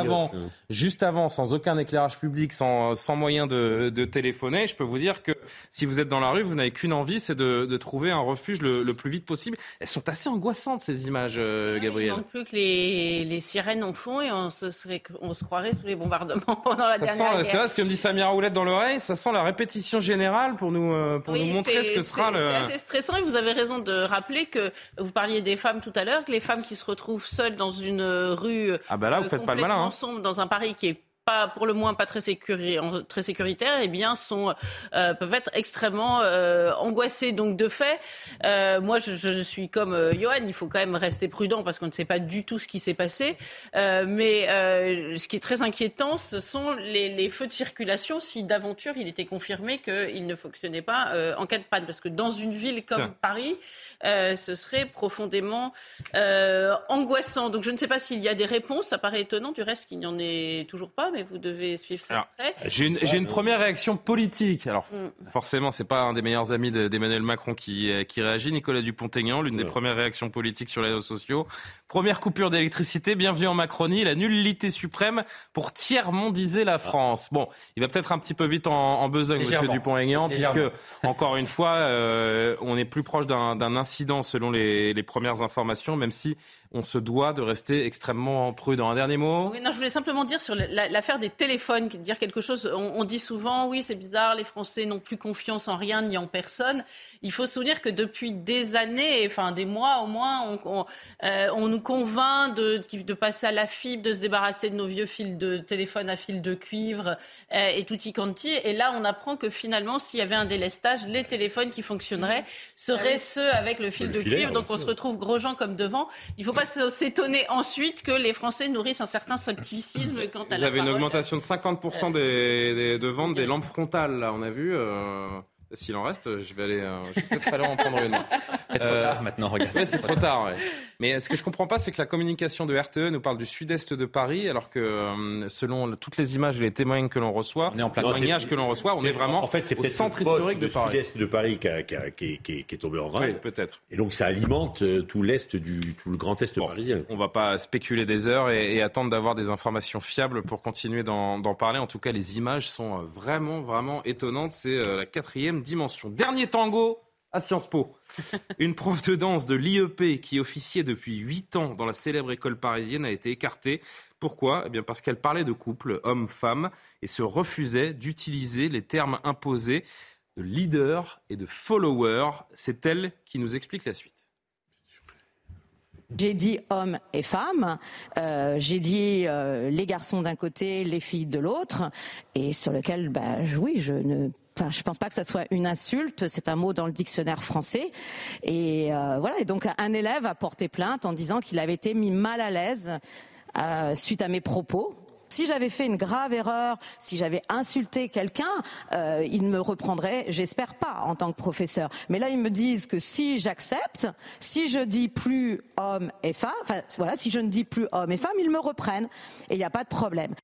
avant, sans aucun éclairage public, sans moyen de téléphoner. Je peux vous dire que si vous êtes dans la rue, vous n'avez qu'une envie, c'est de trouver un refuge le plus vite possible. Elles sont assez angoissantes, ces images, Gabriel. Il ne manque plus que les sirènes en fond et on se croirait sous les bombardements pendant la dernière guerre. C'est vrai ce que me dit Samira Roulette dans l'oreille, ça sent la répétition générale pour nous montrer ce que sera le... C'est assez stressant et vous avez raison de rappeler que vous parliez des femmes tout à l'heure, que les femmes qui se retrouvent seules dans une rue là, vous faites pas le malin, sombre, dans un Paris qui est pas, pour le moins pas très sécuritaire, eh bien peuvent être extrêmement angoissés. Donc de fait, moi je suis comme Johan, il faut quand même rester prudent parce qu'on ne sait pas du tout ce qui s'est passé. Mais ce qui est très inquiétant, ce sont les feux de circulation. Si d'aventure il était confirmé qu'ils ne fonctionnaient pas en cas de panne, parce que dans une ville comme Paris, ce serait profondément angoissant. Donc je ne sais pas s'il y a des réponses. Ça paraît étonnant du reste qu'il n'y en ait toujours pas. Mais vous devez suivre ça après. J'ai une première réaction politique. Alors, forcément, c'est pas un des meilleurs amis d'Emmanuel Macron qui réagit. Nicolas Dupont-Aignan, l'une des premières réactions politiques sur les réseaux sociaux. Première coupure d'électricité, bienvenue en Macronie, la nullité suprême pour tiers-mondiser la France. Bon, il va peut-être un petit peu vite en besogne, monsieur Dupont-Aignan, puisque, encore une fois, on est plus proche d'un incident selon les premières informations, même si on se doit de rester extrêmement prudent. Un dernier mot ? Oui, non, je voulais simplement dire sur l'affaire des téléphones, dire quelque chose. On dit souvent, oui, c'est bizarre, les Français n'ont plus confiance en rien ni en personne. Il faut se souvenir que depuis des années, enfin des mois au moins, on nous convainc de passer à la fibre, de se débarrasser de nos vieux fils de téléphone à fil de cuivre et tutti quanti. Et là, on apprend que finalement, s'il y avait un délestage, les téléphones qui fonctionneraient seraient ceux avec le fil de cuivre. Donc on se retrouve gros gens comme devant. Il ne faut pas s'étonner ensuite que les Français nourrissent un certain scepticisme quant à la parole. Vous avez une augmentation de 50% de ventes des lampes frontales, là, on a vu. S'il en reste, je vais peut-être aller en prendre une. C'est trop tard maintenant, regarde. Oui, c'est trop tard, ouais. Mais ce que je comprends pas, c'est que la communication de RTE nous parle du sud-est de Paris, alors que selon toutes les images et les témoignages que l'on reçoit, on est vraiment en fait, c'est au centre historique de Paris. Sud-est de Paris qui est tombé en rade. Oui, peut-être. Et donc ça alimente tout le grand est parisien. On va pas spéculer des heures et attendre d'avoir des informations fiables pour continuer d'en parler. En tout cas, les images sont vraiment étonnantes. C'est la 4e dimension. Dernier tango à Sciences Po. Une prof de danse de l'IEP qui officiait depuis 8 ans dans la célèbre école parisienne a été écartée. Pourquoi ? Eh bien parce qu'elle parlait de couple homme-femme et se refusait d'utiliser les termes imposés de leader et de follower. C'est elle qui nous explique la suite. J'ai dit hommes et femmes, j'ai dit les garçons d'un côté, les filles de l'autre, et sur lequel, je pense pas que ça soit une insulte, c'est un mot dans le dictionnaire français. Et voilà. Et donc un élève a porté plainte en disant qu'il avait été mis mal à l'aise suite à mes propos. Si j'avais fait une grave erreur, si j'avais insulté quelqu'un, ils me reprendraient, j'espère pas, en tant que professeur. Mais là, ils me disent que si j'accepte, si je dis plus homme et femme, si je ne dis plus homme et femme, ils me reprennent et il n'y a pas de problème.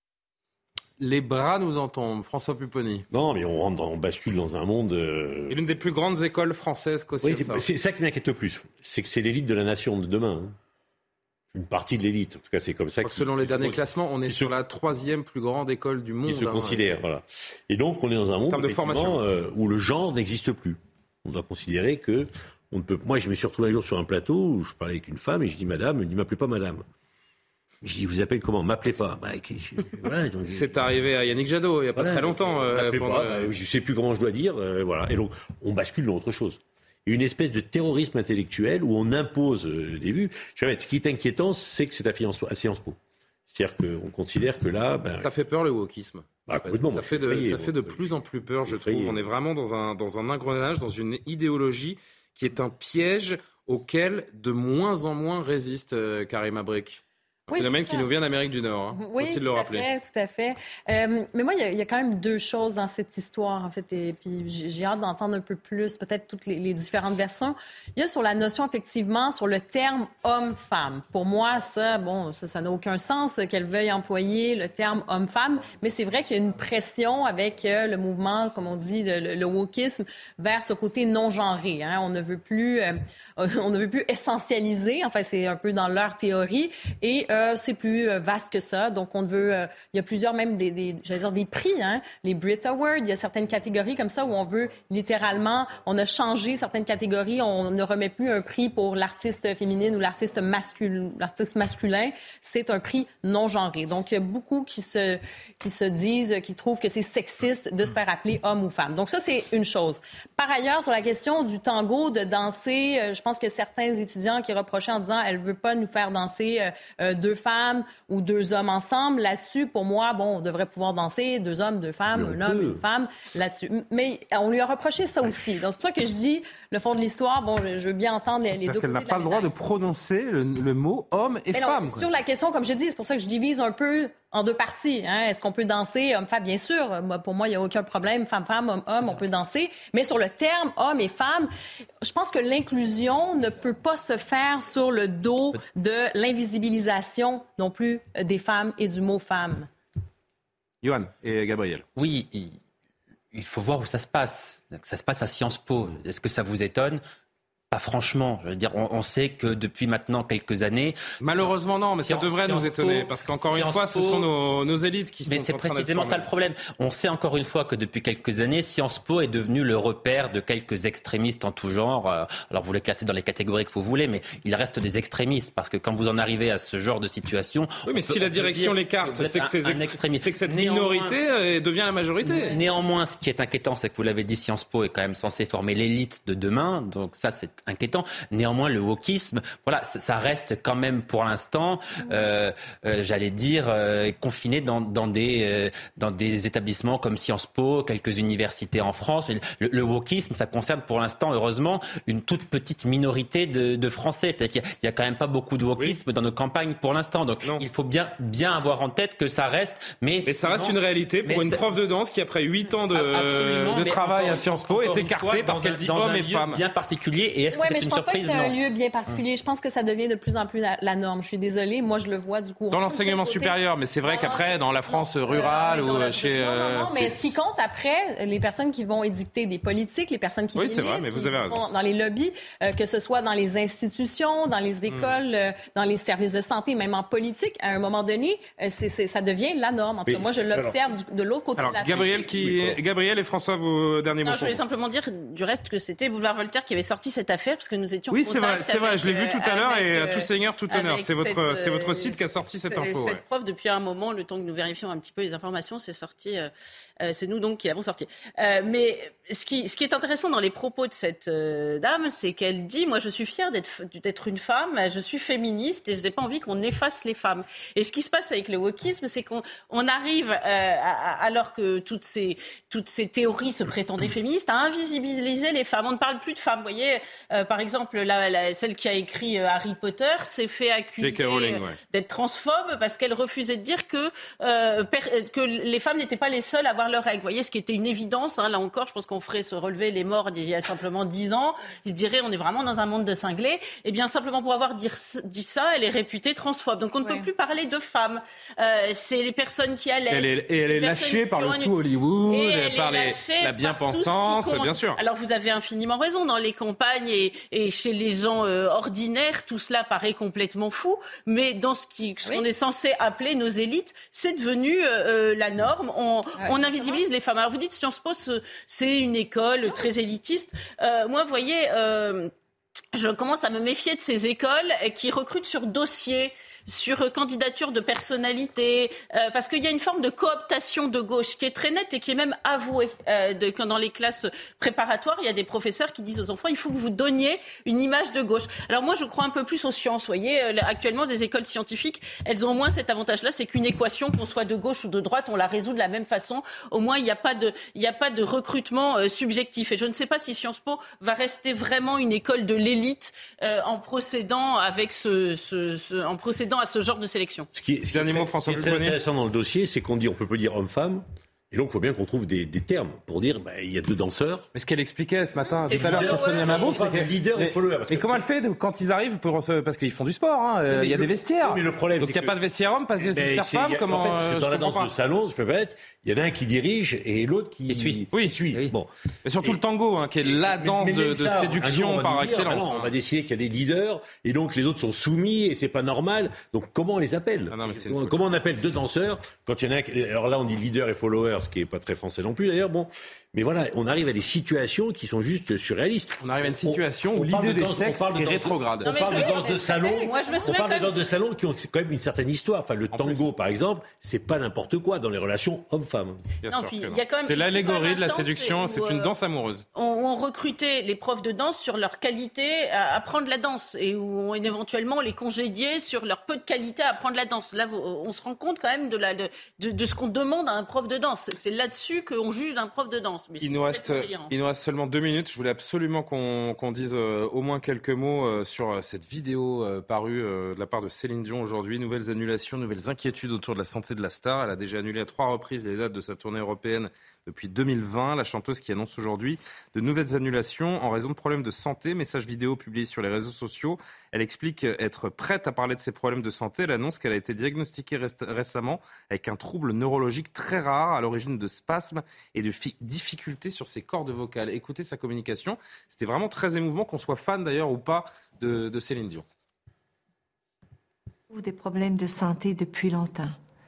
Les bras nous en tombent. François Pupponi. Non, mais on bascule dans un monde... Et l'une des plus grandes écoles françaises qu'aussi. Oui, c'est ça qui m'inquiète le plus. C'est que c'est l'élite de la nation de demain. Une partie de l'élite. En tout cas, c'est comme ça. Selon les derniers classements, on est sur la 3e plus grande école du monde. Qui se considère, voilà. Et donc, on est dans un monde où le genre n'existe plus. On doit considérer que on ne peut... Moi, je me suis retrouvé un jour sur un plateau où je parlais avec une femme et je dis madame, elle me dit m'appelez pas madame. Je dis, vous appelez comment? M'appelez pas. Voilà, donc... C'est arrivé à Yannick Jadot il n'y a pas très longtemps. Je ne sais plus comment je dois dire. Voilà. Et donc, on bascule dans autre chose. Une espèce de terrorisme intellectuel où on impose des vues. Ce qui est inquiétant, c'est que c'est à Sciences Po. C'est-à-dire qu'on considère que là... Ça fait peur le wokisme. Complètement. Ça fait de plus en plus peur, je trouve. On est vraiment dans un engrenage, dans une idéologie qui est un piège auquel de moins en moins résiste Karima Brick. Un phénomène qui nous vient d'Amérique du Nord. Oui, faut-il le rappeler? Tout à fait. Mais moi, il y a quand même deux choses dans cette histoire, en fait, et puis j'ai hâte d'entendre un peu plus, peut-être toutes les différentes versions. Il y a sur la notion, effectivement, sur le terme homme-femme. Pour moi, ça n'a aucun sens qu'elle veuille employer le terme homme-femme, mais c'est vrai qu'il y a une pression avec le mouvement, comme on dit, le wokisme, vers ce côté non-genré. Hein. On ne veut plus essentialiser, enfin, c'est un peu dans leur théorie, et c'est plus vaste que ça. Donc, on veut... il y a plusieurs, même des prix, hein, les Brit Awards. Il y a certaines catégories comme ça où on veut littéralement... On a changé certaines catégories. On ne remet plus un prix pour l'artiste féminine ou l'artiste masculin. C'est un prix non-genré. Donc, il y a beaucoup qui se disent, qui trouvent que c'est sexiste de se faire appeler homme ou femme. Donc, ça, c'est une chose. Par ailleurs, sur la question du tango, de danser, je pense que certains étudiants qui reprochaient en disant « elle veut pas nous faire danser deux femmes ou deux hommes ensemble ». Là-dessus, pour moi, on devrait pouvoir danser deux hommes, deux femmes, un homme, une femme, là-dessus. Mais on lui a reproché ça aussi. Donc, c'est pour ça que je dis, le fond de l'histoire, je veux bien entendre les deux côtés. Elle n'a pas le droit de prononcer le mot homme et femme. Non, sur la question, comme je dis, c'est pour ça que je divise un peu en deux parties. Hein. Est-ce qu'on peut danser homme-femme? Bien sûr. Pour moi, il n'y a aucun problème. Femme-femme, homme-homme, on peut danser. Mais sur le terme homme et femme, je pense que l'inclusion ne peut pas se faire sur le dos de l'invisibilisation non plus des femmes et du mot femme. Johan et Gabriel. Oui, il faut voir où ça se passe. Ça se passe à Sciences Po. Est-ce que ça vous étonne? Pas franchement. Je veux dire, on sait que depuis maintenant quelques années... Malheureusement non, mais ça devrait nous étonner. Parce qu'encore une fois, ce sont nos élites qui sont en train d'être formées. Mais c'est précisément ça le problème. On sait encore une fois que depuis quelques années, Sciences Po est devenu le repère de quelques extrémistes en tout genre. Alors vous les classez dans les catégories que vous voulez, mais il reste des extrémistes. Parce que quand vous en arrivez à ce genre de situation... Oui, mais si la direction l'écarte, c'est que cette minorité devient la majorité. Néanmoins, ce qui est inquiétant, c'est que vous l'avez dit, Sciences Po est quand même censé former l'élite de demain. Donc ça, c'est inquiétant. Néanmoins, le wokisme, voilà, ça reste quand même pour l'instant, j'allais dire, confiné dans des établissements comme Sciences Po, quelques universités en France. Le wokisme, ça concerne pour l'instant, heureusement, une toute petite minorité de Français. C'est-à-dire qu'il n'y a quand même pas beaucoup de wokisme dans nos campagnes pour l'instant. Donc, il faut bien avoir en tête que ça reste. Mais ça reste une réalité pour une prof de danse qui, après 8 ans de travail à Sciences Po, est écartée parce qu'elle dit homme et femme. Bien particulier. Et est-ce que c'est une surprise? Je pense pas que c'est un lieu bien particulier. Je pense que ça devient de plus en plus la norme. Je suis désolée. Moi, je le vois du coup. Dans l'enseignement supérieur, mais c'est vrai qu'après, dans la France rurale ou chez... Non, mais ce qui compte après, les personnes qui vont édicter des politiques, les personnes qui militent, vrai, mais vous avez raison. Dans les lobbies, que ce soit dans les institutions, dans les écoles, dans les services de santé, même en politique, à un moment donné, ça devient la norme. En tout cas, moi, je l'observe de l'autre côté de la Gabriel et François, vos derniers mots. Je voulais simplement dire du reste que c'était Boulevard Voltaire qui avait sorti cette affaire parce que nous étions. Oui, c'est vrai, je l'ai vu tout à l'heure et à tout seigneur, tout honneur. C'est votre site qui a sorti cette info. Cette preuve, depuis un moment, le temps que nous vérifions un petit peu les informations, c'est sorti. C'est nous donc qui l'avons sorti. Mais ce qui est intéressant dans les propos de cette dame, c'est qu'elle dit, moi je suis fière d'être une femme, je suis féministe et je n'ai pas envie qu'on efface les femmes. Et ce qui se passe avec le wokisme, c'est qu'on arrive, alors que toutes ces théories se prétendaient féministes, à invisibiliser les femmes. On ne parle plus de femmes, vous voyez. Par exemple, celle qui a écrit Harry Potter s'est fait accuser d'être transphobe parce qu'elle refusait de dire que les femmes n'étaient pas les seules à avoir leurs règles. Vous voyez, ce qui était une évidence. Là encore, je pense qu'on ferait se relever les morts d'il y a simplement 10 ans. Ils diraient on est vraiment dans un monde de cinglés. Eh bien, simplement pour avoir dit ça, elle est réputée transphobe. Donc on ne peut plus parler de femmes. C'est les personnes qui allaitent. Elle est lâchée par le tout Hollywood, par la bien-pensance, bien sûr. Alors vous avez infiniment raison. Dans les campagnes et chez les gens ordinaires, tout cela paraît complètement fou. Mais dans ce qu'on est censé appeler nos élites, c'est devenu la norme. On invisibilise les femmes. Alors vous dites Sciences Po, c'est une école très élitiste. Moi, vous voyez, je commence à me méfier de ces écoles qui recrutent sur dossier, sur candidature de personnalité, parce qu'il y a une forme de cooptation de gauche qui est très nette et qui est même avouée. Quand dans les classes préparatoires, il y a des professeurs qui disent aux enfants il faut que vous donniez une image de gauche. Alors moi, je crois un peu plus aux sciences. Vous voyez, actuellement, des écoles scientifiques, elles ont au moins cet avantage-là, c'est qu'une équation, qu'on soit de gauche ou de droite, on la résout de la même façon. Au moins, il n'y a pas de recrutement subjectif. Et je ne sais pas si Sciences Po va rester vraiment une école de l'élite en procédant à ce genre de sélection. Ce qui est très intéressant dans le dossier, c'est qu'on dit on peut pas dire homme-femme. Et donc, il faut bien qu'on trouve des termes pour dire il y a 2 danseurs. Mais ce qu'elle expliquait ce matin, tout à l'heure, chez Sonia Mabrouk, c'est que leader et follower. Et comment elle fait quand ils arrivent parce qu'ils font du sport, il y a des vestiaires. Mais le problème, donc il n'y a pas de vestiaire homme, pas de vestiaire femme. Comment en fait, dans la danse de salon, je peux pas être. Il y en a un qui dirige et l'autre qui suit. Oui. Bon. Mais surtout le tango, qui est la danse de séduction par excellence. On va décider qu'il y a des leaders et donc les autres sont soumis et c'est pas normal. Donc comment on les appelle ? Comment on appelle 2 danseurs quand il y en a un. Alors là, on dit leader et follower, ce qui est pas très français non plus d'ailleurs. Bon, mais voilà, on arrive à des situations qui sont juste surréalistes. On arrive à une situation où l'idée des sexes est rétrograde. On parle de danse de salon. On parle de danse de salon qui ont quand même une certaine histoire. Enfin, le tango, par exemple, c'est pas n'importe quoi dans les relations hommes-femmes. C'est l'allégorie de la séduction. C'est une danse amoureuse. On recrutait les profs de danse sur leur qualité à apprendre la danse et où on éventuellement les congédiait sur leur peu de qualité à apprendre la danse. Là, on se rend compte quand même de ce qu'on demande à un prof de danse. C'est là-dessus qu'on juge d'un prof de danse. Mais il nous reste seulement 2 minutes. Je voulais absolument qu'on dise au moins quelques mots sur cette vidéo parue de la part de Céline Dion aujourd'hui. Nouvelles annulations, nouvelles inquiétudes autour de la santé de la star. Elle a déjà annulé à 3 reprises les dates de sa tournée européenne depuis 2020. La chanteuse qui annonce aujourd'hui de nouvelles annulations en raison de problèmes de santé. Message vidéo publié sur les réseaux sociaux. Elle explique être prête à parler de ses problèmes de santé. Elle annonce qu'elle a été diagnostiquée récemment avec un trouble neurologique très rare à l'origine de spasmes et de difficultés sur ses cordes vocales. Écoutez sa communication. C'était vraiment très émouvant, qu'on soit fan d'ailleurs ou pas de Céline Dion. Des problèmes de santé depuis longtemps.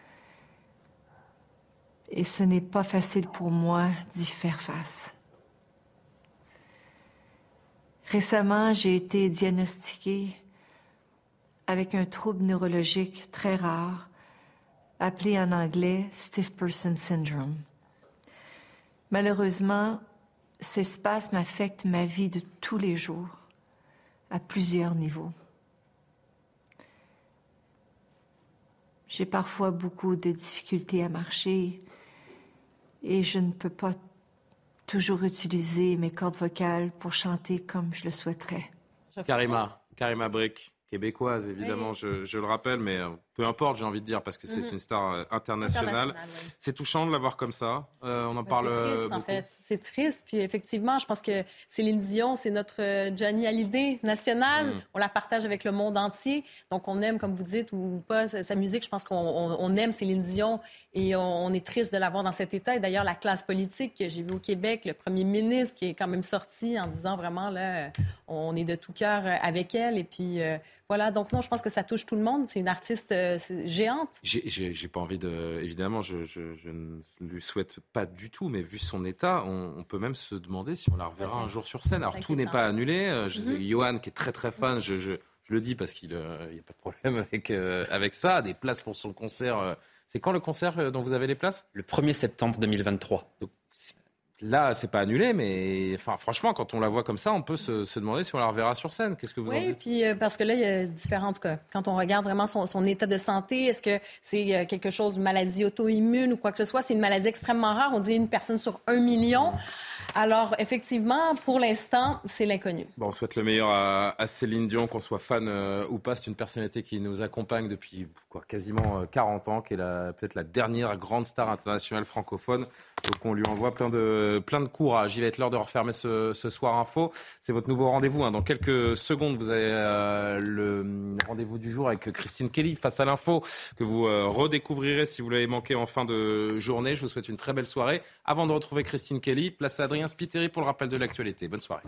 Et ce n'est pas facile pour moi d'y faire face. Récemment, j'ai été diagnostiquée avec un trouble neurologique très rare, appelé en anglais Stiff Person Syndrome. Malheureusement, ces spasmes affectent ma vie de tous les jours, à plusieurs niveaux. J'ai parfois beaucoup de difficultés à marcher et je ne peux pas toujours utiliser mes cordes vocales pour chanter comme je le souhaiterais. Karima Brick, québécoise évidemment, je le rappelle, mais peu importe, j'ai envie de dire, parce que c'est une star internationale. Ouais. C'est touchant de la voir comme ça. On en parle c'est triste, beaucoup. En fait. C'est triste. Puis effectivement, je pense que Céline Dion, c'est notre Johnny Hallyday nationale. On la partage avec le monde entier. Donc on aime, comme vous dites, ou pas, sa musique. Je pense qu'on aime Céline Dion et on est triste de la voir dans cet état. Et d'ailleurs, la classe politique que j'ai vue au Québec, le premier ministre qui est quand même sorti en disant vraiment, là, on est de tout cœur avec elle. Et puis voilà. Donc non, je pense que ça touche tout le monde. C'est une artiste géante. J'ai pas envie de... Évidemment, je ne lui souhaite pas du tout, mais vu son état, on peut même se demander si on la reverra un jour sur scène. Alors, tout n'est pas annulé. Johan, qui est très très fan, je le dis parce qu'il n'y a pas de problème avec ça. Des places pour son concert. C'est quand le concert dont vous avez les places ? Le 1er septembre 2023. Donc, là, c'est pas annulé, mais enfin, franchement, quand on la voit comme ça, on peut se demander si on la reverra sur scène. Qu'est-ce que vous en dites ? Oui, puis parce que là, il y a différentes cas. Quand on regarde vraiment son état de santé, est-ce que c'est quelque chose, une maladie auto-immune ou quoi que ce soit? C'est une maladie extrêmement rare. On dit 1 personne sur 1 million. Alors, effectivement, pour l'instant, c'est l'inconnu. Bon, on souhaite le meilleur à Céline Dion, qu'on soit fan ou pas. C'est une personnalité qui nous accompagne depuis quasiment 40 ans, qui est peut-être la dernière grande star internationale francophone. Donc on lui envoie plein de courage. Il va être l'heure de refermer ce Soir Info. C'est votre nouveau rendez-vous. Dans quelques secondes, vous avez le rendez-vous du jour avec Christine Kelly face à l'info, que vous redécouvrirez si vous l'avez manqué en fin de journée. Je vous souhaite une très belle soirée. Avant de retrouver Christine Kelly, place à Adrien Spiteri pour le rappel de l'actualité. Bonne soirée.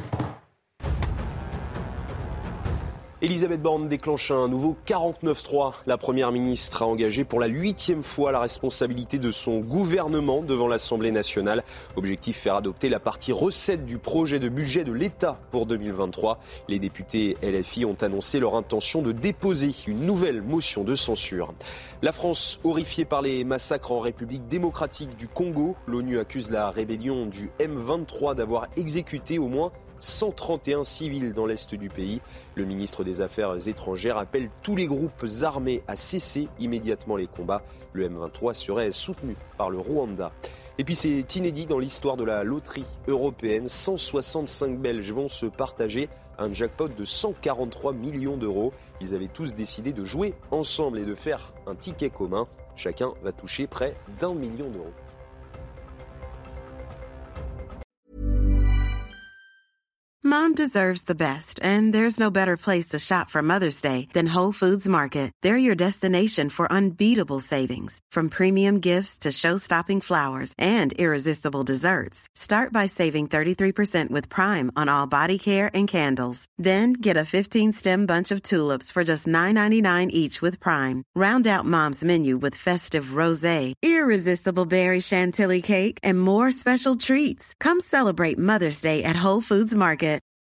Elisabeth Borne déclenche un nouveau 49.3. La Première ministre a engagé pour la 8e fois la responsabilité de son gouvernement devant l'Assemblée nationale. Objectif, faire adopter la partie recettes du projet de budget de l'État pour 2023. Les députés LFI ont annoncé leur intention de déposer une nouvelle motion de censure. La France, horrifiée par les massacres en République démocratique du Congo, l'ONU accuse la rébellion du M23 d'avoir exécuté au moins 131 civils dans l'est du pays. Le ministre des Affaires étrangères appelle tous les groupes armés à cesser immédiatement les combats. Le M23 serait soutenu par le Rwanda. Et puis c'est inédit dans l'histoire de la loterie européenne. 165 Belges vont se partager un jackpot de 143 millions d'euros. Ils avaient tous décidé de jouer ensemble et de faire un ticket commun. Chacun va toucher près d'1 million d'euros. Mom deserves the best, and there's no better place to shop for Mother's Day than Whole Foods Market. They're your destination for unbeatable savings, from premium gifts to show-stopping flowers and irresistible desserts. Start by saving 33% with Prime on all body care and candles. Then get a 15-stem bunch of tulips for just $9.99 each with Prime. Round out Mom's menu with festive rosé, irresistible berry chantilly cake, and more special treats. Come celebrate Mother's Day at Whole Foods Market.